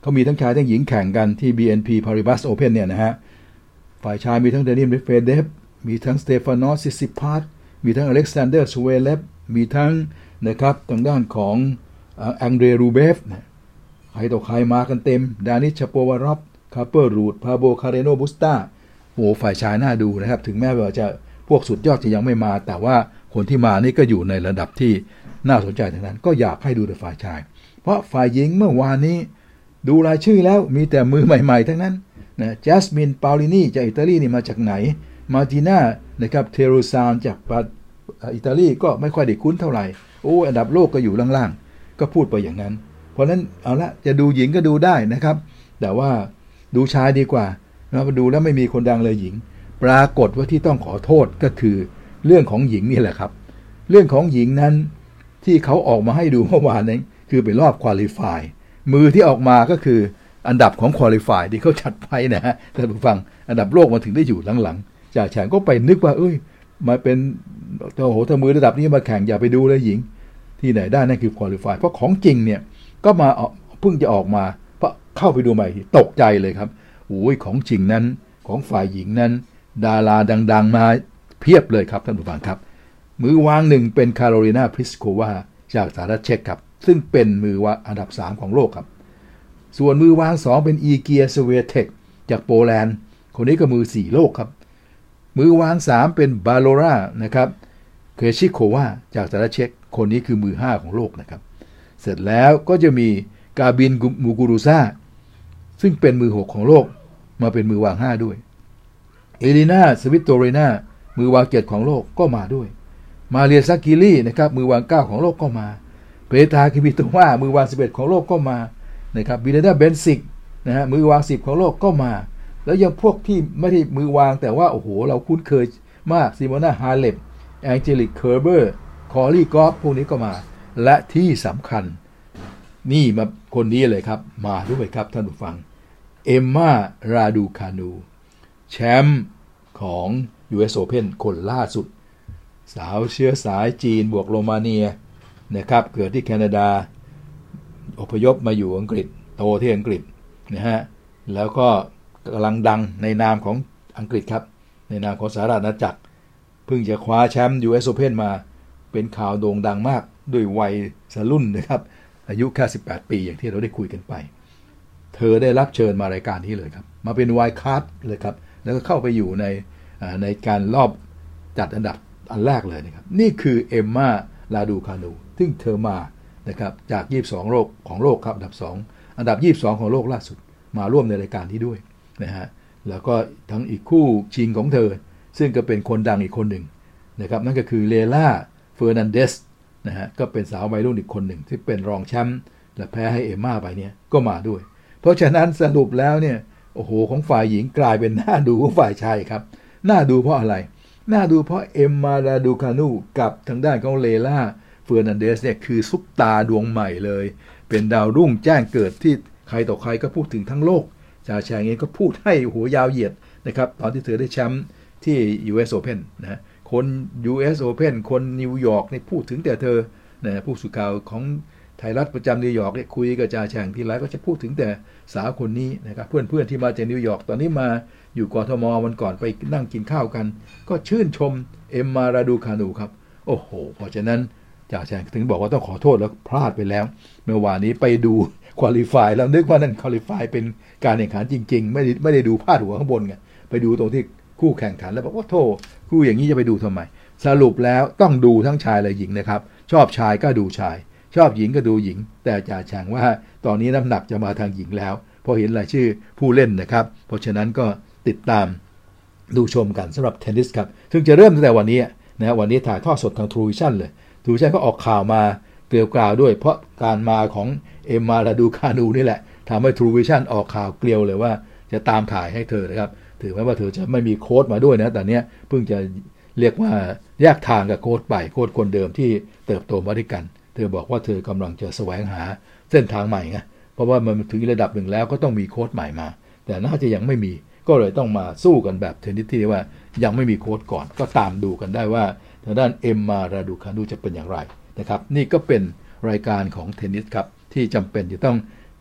เขามีทั้งชายทั้งหญิงแข่งกันที่ BNP Paribas Open เนี่ยนะฮะฝ่ายชายมีทั้งเดนิส เมดเวเดฟมีทั้งสเตฟานอส ซิซิพาสมีทั้งอเล็กซานเดอร์ สเวเลฟมีทั้งนะครับทางด้านของอังเดร รูเบฟใครต่อใครมากันเต็มดานิช ชาโปวารอฟคาร์เปอร์ รูด พาโบ คาเรโน บุสตาโอ้ฝ่ายชายน่าดูนะครับถึงแม้ว่าจะพวกสุดยอดจะยังไม่มาแต่ว่าคนที่มานี่ก็อยู่ในระดับที่น่าสนใจทั้งนั้นก็อยากให้ดูแต่ฝ่ายชายเพราะฝ่ายหญิงเมื่อวานนี้ดูรายชื่อแล้วมีแต่มือใหม่ๆทั้งนั้นนะแจสมิน ปาลินีจากอิตาลีนี่มาจากไหนมาร์ติน่านะครับเทโรซานจากอิตาลีก็ไม่ค่อยได้คุ้นเท่าไหร่โอ้อันดับโลกก็อยู่ล่างๆก็พูดไปอย่างนั้นเพราะนั้นเอาละจะดูหญิงก็ดูได้นะครับแต่ว่าดูชายดีกว่านะดูแล้วไม่มีคนดังเลยหญิงปรากฏว่าที่ต้องขอโทษก็คือเรื่องของหญิงนี่แหละครับเรื่องของหญิงนั้นที่เขาออกมาให้ดูเมื่อวานนี้คือเป็นรอบควอลิฟายมือที่ออกมาก็คืออันดับของควอลิฟายที่เขาจัดไปนะฮะท่านผู้ฟังอันดับโลกมาถึงได้อยู่หลังๆจากแข่งก็ไปนึกว่ามาเป็นโอ้โหถ้ามือระดับนี้มาแข่งอย่าไปดูเลยหญิงที่ไหนได้นั่นคือควอลิฟายเพราะของจริงเนี่ยก็มาเพิ่งจะออกมาเพราะเข้าไปดูใหม่ตกใจเลยครับโอ้ยของจริงนั้นของฝ่ายหญิงนั้นดาราดังๆมาเพียบเลยครับท่านผู้ฟังครับมือวางหนึ่งเป็นคาโรลินา พลิสโควาจากสหรัฐเช็กครับซึ่งเป็นมือวางอันดับ3ของโลกครับส่วนมือวาง2เป็นอีเกีย สเวเทคจากโปแลนด์คนนี้ก็มือ4โลกครับมือวาง3เป็นบาโลรานะครับเคชิโควาจากสหรัฐเช็กคนนี้คือมือ5ของโลกนะครับเสร็จแล้วก็จะมีกาบิน มูกูรุซาซึ่งเป็นมือ6ของโลกมาเป็นมือวาง5ด้วยเอลินา สวิตโตเรนามือวาง7ของโลกก็มาด้วยมาเรีย ซากิลี่นะครับมือวาง9ของโลกก็มาเปตา คิบิโตวามือวาง11ของโลกก็มานะครับบิเลดา เบนซิกนะฮะมือวาง10ของโลกก็มาแล้วยังพวกที่ไม่ได้มือวางแต่ว่าโอ้โหเราคุ้นเคยมากซิโมนา ฮาเลปแองเจลิก เคอร์เบอร์คอรี่ กอฟพวกนี้ก็มาและที่สำคัญนี่มาคนนี้เลยครับมาด้วยครับท่านผู้ฟังเอมมา ราดูคานูแชมป์ของ US Open คนล่าสุดสาวเชื้อสายจีนบวกโรมาเนียนะครับเกิดที่แคนาดาอพยพมาอยู่อังกฤษโตที่อังกฤษนะฮะแล้วก็กำลังดังในนามของอังกฤษครับในนามของสหราชอาณาจักรเพิ่งจะคว้าแชมป์ US Open มาเป็นข่าวโด่งดังมากด้วยวัยสรุ่นนะครับอายุแค่18ปีอย่างที่เราได้คุยกันไปเธอได้รับเชิญมารายการนี้เลยครับมาเป็นไวล์ดการ์ดเลยครับแล้วก็เข้าไปอยู่ในการรอบจัดอันดับอันแรกเลยนะครับนี่คือเอมมา ราดูคานูซึ่งเธอมานะครับจาก22โลกของโลกครับอันดับ22ของโลกล่าสุดมาร่วมในรายการนี้ด้วยนะฮะแล้วก็ทั้งอีกคู่ชิงของเธอซึ่งก็เป็นคนดังอีกคนหนึ่งนะครับนั่นก็คือเลล่า เฟอร์นันเดสนะฮะก็เป็นสาววัยรุ่นอีกคนหนึ่งที่เป็นรองแชมป์และแพ้ให้เอมม่าไปเนี่ยก็มาด้วยเพราะฉะนั้นสรุปแล้วเนี่ยโอ้โหของฝ่ายหญิงกลายเป็นน่าดูของฝ่ายชายครับน่าดูเพราะอะไรน่าดูเพราะเอมมา ราดูคานูกับทางด้านของเลล่า เฟอร์นันเดสเนี่ยคือซุปตาดวงใหม่เลยเป็นดาวรุ่งแจ้งเกิดที่ใครต่อใครก็พูดถึงทั้งโลกชาแชงเองก็พูดให้หัวยาวเหยียดนะครับตอนที่เธอได้แชมป์ที่ US Open นะคน US Open คนนิวยอร์กนี่พูดถึงแต่เธอนะผู้สื่อข่าวของไทยรัฐประจำนิวยอร์กเนี่ยคุยกับจ่าแฉ่งทีไรก็จะพูดถึงแต่สาวคนนี้นะครับเพื่อนๆที่มาจากนิวยอร์กตอนนี้มาอยู่กทมวันก่อนไปนั่งกินข้าวกันก็ชื่นชมเอมมา ราดูคานูครับโอ้โหเพราะฉะนั้นจ่าแฉ่งถึงบอกว่าต้องขอโทษแล้วพลาดไปแล้วเมื่อวานนี้ไปดูควอลิฟายแล้วนึกว่านั่นควอลิฟายเป็นการแข่งขันจริงๆไม่ได้ดูพาดหัวข้างบนไงไปดูตรงที่คู่แข่งขันแล้วบอกว่าโธ่คู่อย่างนี้จะไปดูทำไมสรุปแล้วต้องดูทั้งชายและหญิงนะครับชอบชายก็ดูชายชอบหญิงก็ดูหญิงแต่จ่าแฉ่งว่าตอนนี้น้ำหนักจะมาทางหญิงแล้วพอเห็นรายชื่อผู้เล่นนะครับเพราะฉะนั้นก็ติดตามดูชมกันสำหรับเทนนิสครับซึ่งจะเริ่มตั้งแต่วันนี้นะวันนี้ถ่ายทอดสดทาง True Vision เลย True Vision ก็ออกข่าวมาเกลียวกล่าวด้วยเพราะการมาของเอมมา ราดูคานูนี่แหละทำให้ True Vision ออกข่าวเกลียวเลยว่าจะตามถ่ายให้เธอนะครับถือแม้ว่าเธอจะไม่มีโค้ชมาด้วยนะแต่เนี้ยเพิ่งจะเรียกว่าแยกทางกับโค้ชไปโค้ชคนเดิมที่เติบโตมาด้วยกันเธอบอกว่าเธอกำลังจะแสวงหาเส้นทางใหม่ไงเพราะว่ามันถึงระดับหนึ่งแล้วก็ต้องมีโค้ชใหม่มาแต่น่าจะยังไม่มีก็เลยต้องมาสู้กันแบบเทนนิสที่ว่ายังไม่มีโค้ชก่อนก็ตามดูกันได้ว่าทางด้านเอมมา ราดูคานูจะเป็นอย่างไรนะครับนี่ก็เป็นรายการของเทนนิสครับที่จำเป็นจะต้อง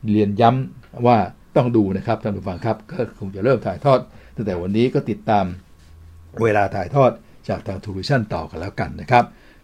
เรียนย้ำว่าต้องดูนะครับท่านผู้ฟังครับก็คงจะเริ่มถ่ายทอดตั้งแต่วันนี้ก็ติดตามเวลาถ่ายทอดจากทางทูวิชั่นต่อกันแล้วกันนะครับ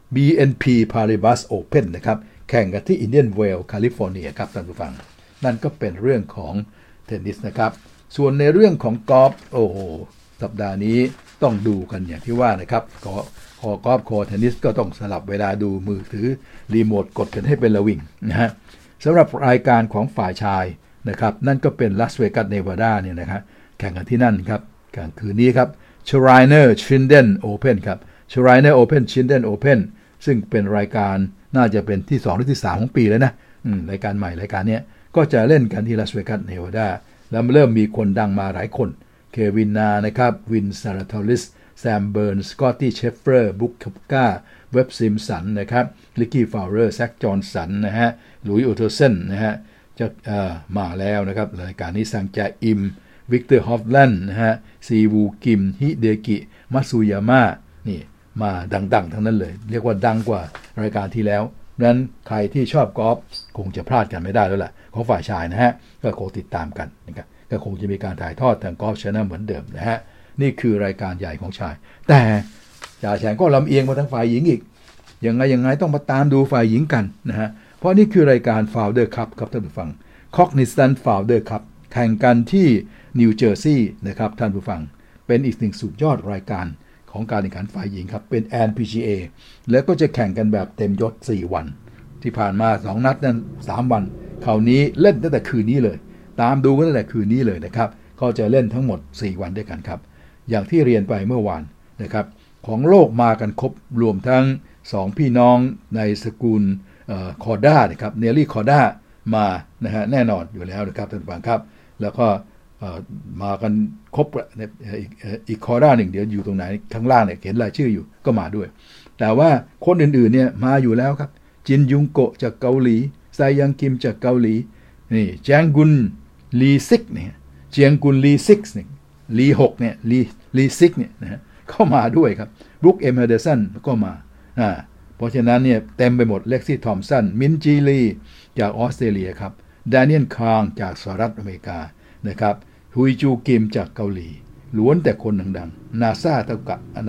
BNP Paribas Open นะครับแข่งกันที่ Indian Wells แคลิฟอร์เนียครับท่านผู้ฟังนั่นก็เป็นเรื่องของเทนนิสนะครับส่วนในเรื่องของกอล์ฟโอ้โหสัปดาห์นี้ต้องดูกันอย่างที่ว่านะครับคอกอล์ฟคอเทนนิสก็ต้องสลับเวลาดูมือถือรีโมทกดกันให้เป็นระวิงนะฮะสำหรับรายการของฝ่ายชายนะครับนั่นก็เป็นลาสเวกัสเนวาดาเนี่ยนะครับแข่งกันที่นั่นครับกลางคืนนี้ครับ Shriner Chinden Open ครับ Shriner Open Chinden Open ซึ่งเป็นรายการน่าจะเป็นที่2หรือที่3ของปีแล้วนะรายการใหม่รายการนี้ก็จะเล่นกันที่ลาสเวกัสเนวาดาแล้วเริ่มมีคนดังมาหลายคนเควินนานะครับวินซาราทอลิสแซมเบิร์นสกอตตี้เชฟเฟอร์บุ๊คคัปก้าเว็บซิมสันนะครับลิกกี้ฟาวเลอร์แซคจอห์นสันนะฮะหลุยส์โอเทอร์เซนนะฮะจะมาแล้วนะครับรายการนี้ซังจาอิมวิกเตอร์ฮอฟแลนด์นะฮะซีวูกิมฮิเดกิมัตสึยาม่านี่มาดังๆทั้งนั้นเลยเรียกว่าดังกว่ารายการที่แล้วนั้นใครที่ชอบกอล์ฟคงจะพลาดกันไม่ได้แล้วแหละของฝ่ายชายนะฮะก็คงติดตามกันนะครับก็คงจะมีการถ่ายทอดทางกอล์ฟชาแนลเหมือนเดิมนะฮะนี่คือรายการใหญ่ของชายแต่จ่าแฉงก็ลำเอียงมาทางฝ่ายหญิงอีกยังไงต้องมาตามดูฝ่ายหญิงกันนะฮะเพราะนี่คือรายการ Founder Cup ครับท่านผู้ฟัง Cognizant Founder Cup แข่งกันที่นิวเจอร์ซีย์นะครับท่านผู้ฟังเป็นอีกหนึ่งสุดยอดรายการของการแข่งขันฝ่ายหญิงครับเป็น NPGA แล้วก็จะแข่งกันแบบเต็มยศ4วันที่ผ่านมา2นัดนั้น3วันคราวนี้เล่นตั้งแต่คืนนี้เลยตามดูกันตั้งแต่คืนนี้เลยนะครับเขาจะเล่นทั้งหมด4วันด้วยกันครับอย่างที่เรียนไปเมื่อวานนะครับของโลกมากันครบรวมทั้ง2พี่น้องในสกุลคอร์ด้านะครับเนลลี่คอร์ด้ามานะฮะแน่นอนอยู่แล้วนะครับท่านผู้ฟังครับแล้วก็มากันครบอีกคอร์ด้าหนึ่งเดี๋ยวอยู่ตรงไหนข้างล่างเนี่ยเห็นรายชื่ออยู่ก็มาด้วยแต่ว่าคนอื่นๆเนี่ยมาอยู่แล้วครับจินยุงโกะจากเกาหลีไซยังกิมจากเกาหลีนี่แจงกุนลีซิกเนี่ยเจียงกุนลีซิกเนี่ยลี6เนี่ยลีซิกเนี่ยนะฮะเข้ามาด้วยครับบรูคเอ็มเฮเดอร์สันก็มาเพราะฉะนั้นเนี่ยเต็มไปหมดเล็กซี่ทอมสันมินจีลีจากออสเตรเลียครับแดเนียลคางจากสหรัฐอเมริกานะครับฮุยจูกิมจากเกาหลีล้วนแต่คนดังๆนาซาฮาตา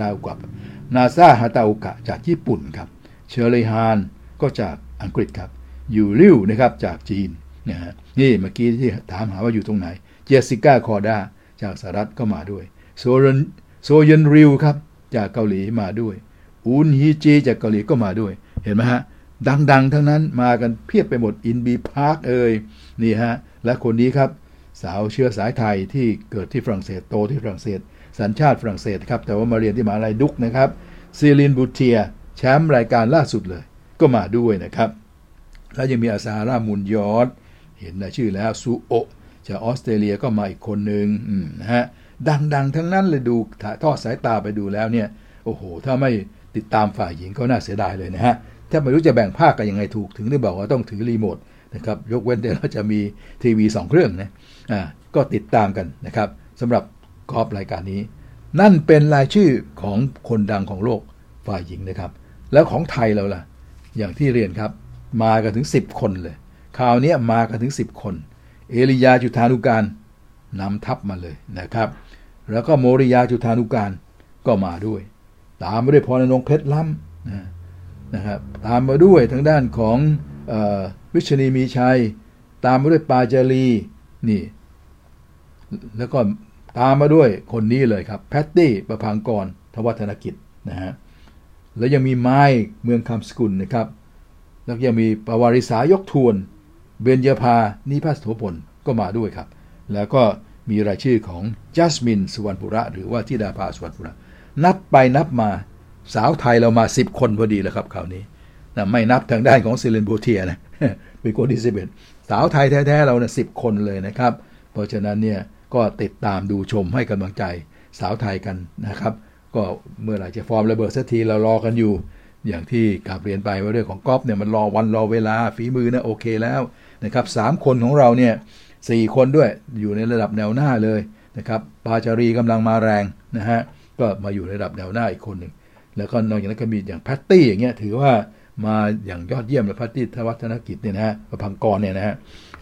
อุกะจากญี่ปุ่นครับเชอร์ลีฮานก็จากอังกฤษครับยูริวนะครับจากจีนนะฮะนี่เมื่อกี้ที่ถามหาว่าอยู่ตรงไหนเจสสิก้าคอร์ด้าจากสหรัฐก็มาด้วยโซเยนริวครับจากเกาหลีมาด้วยอุนฮีจีจากเกาหลีก็มาด้วยเห็นไหมฮะดังๆทั้งนั้นมากันเพียบไปหมดอินบีพาร์คนี่ฮะและคนนี้ครับสาวเชื้อสายไทยที่เกิดที่ฝรั่งเศสโตที่ฝรั่งเศสสัญชาติฝรั่งเศสครับแต่ว่ามาเรียนที่มหาลัยดุกนะครับซีลินบูเทียแชมป์รายการล่าสุดเลยก็มาด้วยนะครับแล้วยังมีอาซาร่ามุนยอดเห็นรายชื่อแล้วซูโอะจากออสเตรเลียก็มาอีกคนหนึ่งนะฮะดังๆทั้งนั้นเลยดูถ่ายทอดสายตาไปดูแล้วเนี่ยโอ้โหถ้าไม่ติดตามฝ่ายหญิงก็น่าเสียดายเลยนะฮะถ้าไม่รู้จะแบ่งภาคกันยังไงถูกถึงได้บอกว่าต้องถือรีโมทนะครับยกเว้นแต่เราจะมีทีวี2เครื่องนะก็ติดตามกันนะครับสำหรับกอล์ฟรายการนี้นั่นเป็นรายชื่อของคนดังของโลกฝ่ายหญิงนะครับแล้วของไทยเราล่ะอย่างที่เรียนครับมากันถึง10คนเลยคราวนี้มากันถึง10คนเอลิยาจุฑานุการนำทัพมาเลยนะครับแล้วก็โมริยาจุฑานุการก็มาด้วยตามมาด้วยพรณงค์เพชรล้ำนะครับตามมาด้วยทางด้านของวิชนีมีชัยตามมาด้วยปาจารีนี่แล้วก็ตามมาด้วยคนนี้เลยครับแพตตี้ประภางกรทวัฒนกิจนะฮะแล้วยังมีไม้เมืองคำสกุลนะครับแล้วยังมีปวาริสายกทวนเบญญาภานิพัสโถพลก็มาด้วยครับแล้วก็มีรายชื่อของจัสมินสุวรรณปุระหรือว่าธิดาภาสุวรรณปุระนับไปนับมาสาวไทยเรามา10คนพอดีแล้วครับคราวนี้นะไม่นับทางด้านของซิลินโบเทียนะเป็นคนที่11สาวไทยแท้ๆเราเนี่ย10คนเลยนะครับเพราะฉะนั้นเนี่ยก็ติดตามดูชมให้กำลังใจสาวไทยกันนะครับก็เมื่อไหร่จะฟอร์มระเบิดสักทีเรารอกันอยู่อย่างที่กลับเรียนไปว่าเรื่องของกอล์ฟเนี่ยมันรอวันรอเวลาฝีมือนะโอเคแล้วนะครับ3คนของเราเนี่ย4คนด้วยอยู่ในระดับแนวหน้าเลยนะครับปาจารีกำลังมาแรงนะฮะก็มาอยู่ในระดับแนวหน้าอีกคนหนึ่งแล้วก็นอกจากนั้นก็มีอย่างแพตตี้อย่างเงี้ยถือว่ามาอย่างยอดเยี่ยมเลยแพตตี้ทวัฒนกิจเนี่ยนะฮะประพังกรเนี่ยนะฮะ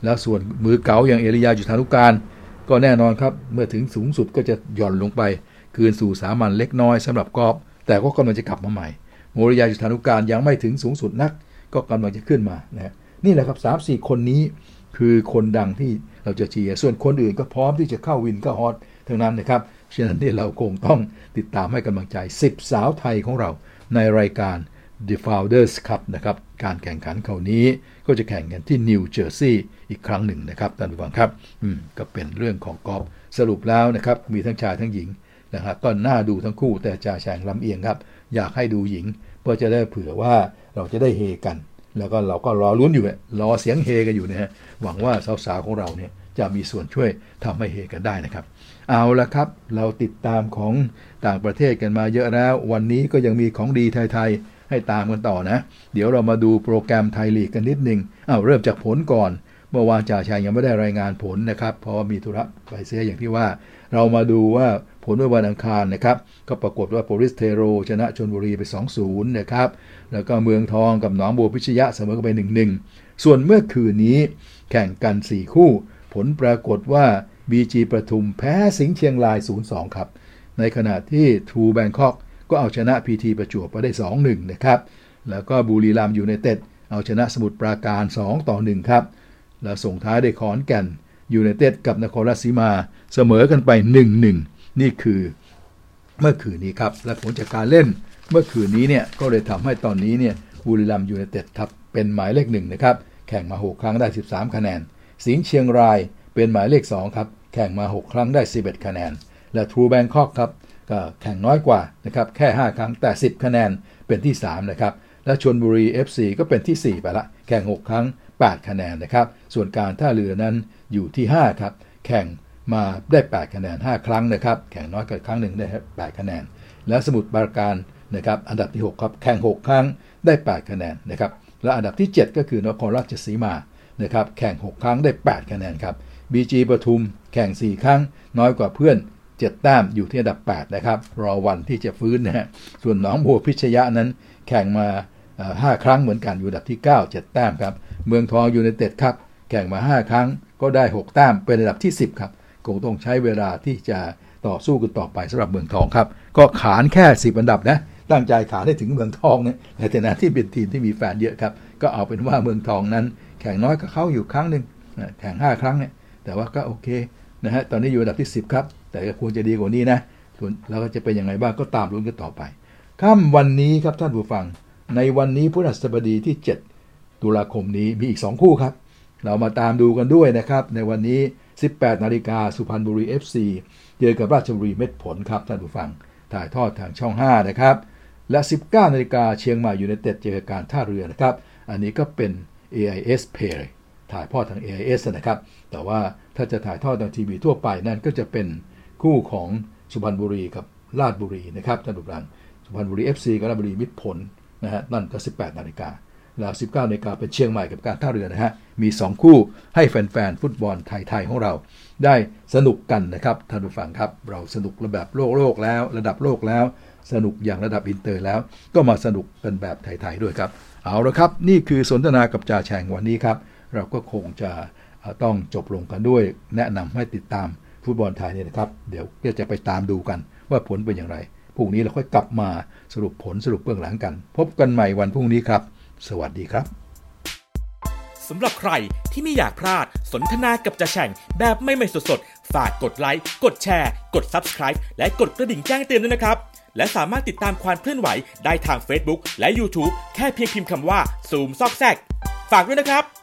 แล้วส่วนมือเก๋าอย่างเอลียาจุฑานุการก็แน่นอนครับเมื่อถึงสูงสุดก็จะหย่อนลงไปคืนสู่สามัญเล็กน้อยสำหรับกอล์ฟแต่ก็กำลังจะกลับมาใหม่โมริยาจุฑานุการยังไม่ถึงสูงสุดนักก็กำลังจะขึ้นมานะนี่แหละครับ 3-4 คนนี้คือคนดังที่เราจะเชียร์ส่วนคนอื่นก็พร้อมที่จะเข้าวินเข้าฮอตทั้งนั้นนะครับฉะนั้นที่เราคงต้องติดตามให้กำลังใจ10สาวไทยของเราในรายการ The Founders Cup นะครับการแข่งขันคราวนี้ก็จะแข่งกันที่นิวเจอร์ซีย์อีกครั้งหนึ่งนะครับท่านผู้ฟังครับก็เป็นเรื่องของกอล์ฟสรุปแล้วนะครับมีทั้งชายทั้งหญิงนะครับก็น่าดูทั้งคู่แต่จ่าแฉ่งลำเอียงครับอยากให้ดูหญิงเพื่อจะได้เผื่อว่าเราจะได้เฮกันแล้วก็เราก็รอลุ้นอยู่รอเสียงเฮกันอยู่นะฮะหวังว่าสาวๆของเราเนี่ยจะมีส่วนช่วยทำให้เฮกันได้นะครับเอาละครับเราติดตามของต่างประเทศกันมาเยอะแล้ววันนี้ก็ยังมีของดีไทยๆให้ตามกันต่อนะเดี๋ยวเรามาดูโปรแกรมไทยลีกกันนิดนึงเริ่มจากผลก่อนเมื่อวานจ่าชัยยังไม่ได้รายงานผลนะครับเพราะว่ามีธุระไปเสียอย่างที่ว่าเรามาดูว่าผลเมื่อวันอังคารนะครับก็ปรากฏว่าโปลิสเทโรชนะชลบุรีไป 2-0 นะครับแล้วก็เมืองทองกับหนองบัวพิชยะเสมอกันไป 1-1 ส่วนเมื่อคืนนี้แข่งกัน4คู่ผลปรากฏว่า BG ประทุมแพ้สิงห์เชียงราย 0-2 ครับในขณะที่ทรูแบงคอกก็เอาชนะ PT ประจวบไปได้ 2-1 นะครับแล้วก็บุรีรัมย์ยูไนเต็ดเอาชนะสมุทรปราการ 2-1 ครับแล้วส่งท้ายด้วยขอนแก่นยูไนเต็ดกับนครราชสีมาเสมอกันไป 1-1 นี่คือเมื่อคืนนี้ครับและผลจากการเล่นเมื่อคืนนี้เนี่ยก็เลยทำให้ตอนนี้เนี่ยบุรีรัมย์ยูไนเต็ดทับเป็นหมายเลข1นะครับแข่งมา6ครั้งได้13คะแนนสิงห์เชียงรายเป็นหมายเลข2ครับแข่งมา6ครั้งได้11คะแนนและทรูแบงคอกครับก็แข่งน้อยกว่านะครับแค่5ครั้งแต่10คะแนนเป็นที่3นะครับและชลบุรี FC ก็เป็นที่4ไปละแข่ง6ครั้ง8คะแนนนะครับส่วนการท่าเรือนั้นอยู่ที่5ครับแข่งมาได้8คะแนน5ครั้งนะครับแข่งน้อยกว่าครั้งหนึ่งได้8คะแนนและสมุทรปราการนะครับอันดับที่6ครับแข่ง6ครั้งได้8คะแนนนะครับและอันดับที่7ก็คือนครราชสีมานะครับแข่ง6ครั้งได้8คะแนนครับ BG ปทุมแข่ง4ครั้งน้อยกว่าเพื่อน7แต้มอยู่ที่อันดับ8นะครับรอวันที่จะฟื้นนะฮะส่วนหนองบัวพิชยะนั้นแข่งมา5ครั้งเหมือนกันอยู่อันดับที่9 7แต้มครับเมืองทองยูไนเต็ดครับแข่งมา5ครั้งก็ได้6แต้มเป็นอันดับที่10ครับคงต้องใช้เวลาที่จะต่อสู้กันต่อไปสำหรับเมืองทองครับก็ขานแค่10อันดับนะตั้งใจขานให้ถึงเมืองทองนะในฐานะที่เป็นทีมที่มีแฟนเยอะครับก็เอาเป็นว่าเมืองทองนั้นแข่งน้อยกับเขาอยู่ครั้งนึงแข่ง5ครั้งเนี่ยแต่ว่าก็โอเคนะฮะตอนนี้อยู่อันดับที่10ครับแต่ก็ควรจะดีกว่านี้นะแล้วก็จะเป็นยังไงบ้างก็ตามลุ้นกันต่อไปค่ำวันนี้ครับท่านผู้ฟังในวันนี้พฤหัสบดีที่7ตุลาคมนี้มีอีก2คู่ครับเรามาตามดูกันด้วยนะครับในวันนี้ 18 นาฬิกาสุพรรณบุรี FC เจอกับราชบุรีเม็ดผลครับท่านผู้ฟังถ่ายทอดทางช่อง5นะครับและ 19 นาฬิกาเชียงใหม่ยูไนเต็ดเจอการท่าเรือนะครับอันนี้ก็เป็น AIS Play ถ่ายทอดทาง AIS นะครับแต่ว่าถ้าจะถ่ายทอดทางทีวีทั่วไปนั่นก็จะเป็นคู่ของสุพรรณบุรีกับราชบุรีนะครับท่านผู้ฟังสุพรรณบุรี FC กับราชบุรีมิตรผลนะฮะนั่นก็ 18 นาฬิกาแล้ว 19 นาฬิกาเป็นเชียงใหม่กับการท่าเรือนะฮะมี2คู่ให้แฟนๆฟุตบอลไทยๆของเราได้สนุกกันนะครับท่านผู้ฟังครับเราสนุกระดับโลกแล้วระดับโลกแล้วสนุกอย่างระดับอินเตอร์แล้วก็มาสนุกกันแบบไทยๆด้วยครับเอาละครับนี่คือสนทนากับจ่าแฉ่งวันนี้ครับเราก็คงจะต้องจบลงกันด้วยแนะนำให้ติดตามฟุตบอลไทยเนี่ยนะครับเดี๋ยวจะไปตามดูกันว่าผลเป็นอย่างไรพรุ่งนี้เราค่อยกลับมาสรุปผลสรุปเบื้องหลังกันพบกันใหม่วันพรุ่งนี้ครับสวัสดีครับสำหรับใครที่ไม่อยากพลาดสนทนากับจ่าแฉ่งแบบไม่สดๆฝากกดไลค์กดแชร์กด Subscribe และกดกระดิ่งแจ้งเตือนด้วยนะครับและสามารถติดตามความเคลื่อนไหวได้ทาง Facebook และ YouTube แค่เพียงพิมพ์คำว่าซูมซอกแซกฝากด้วยนะครับ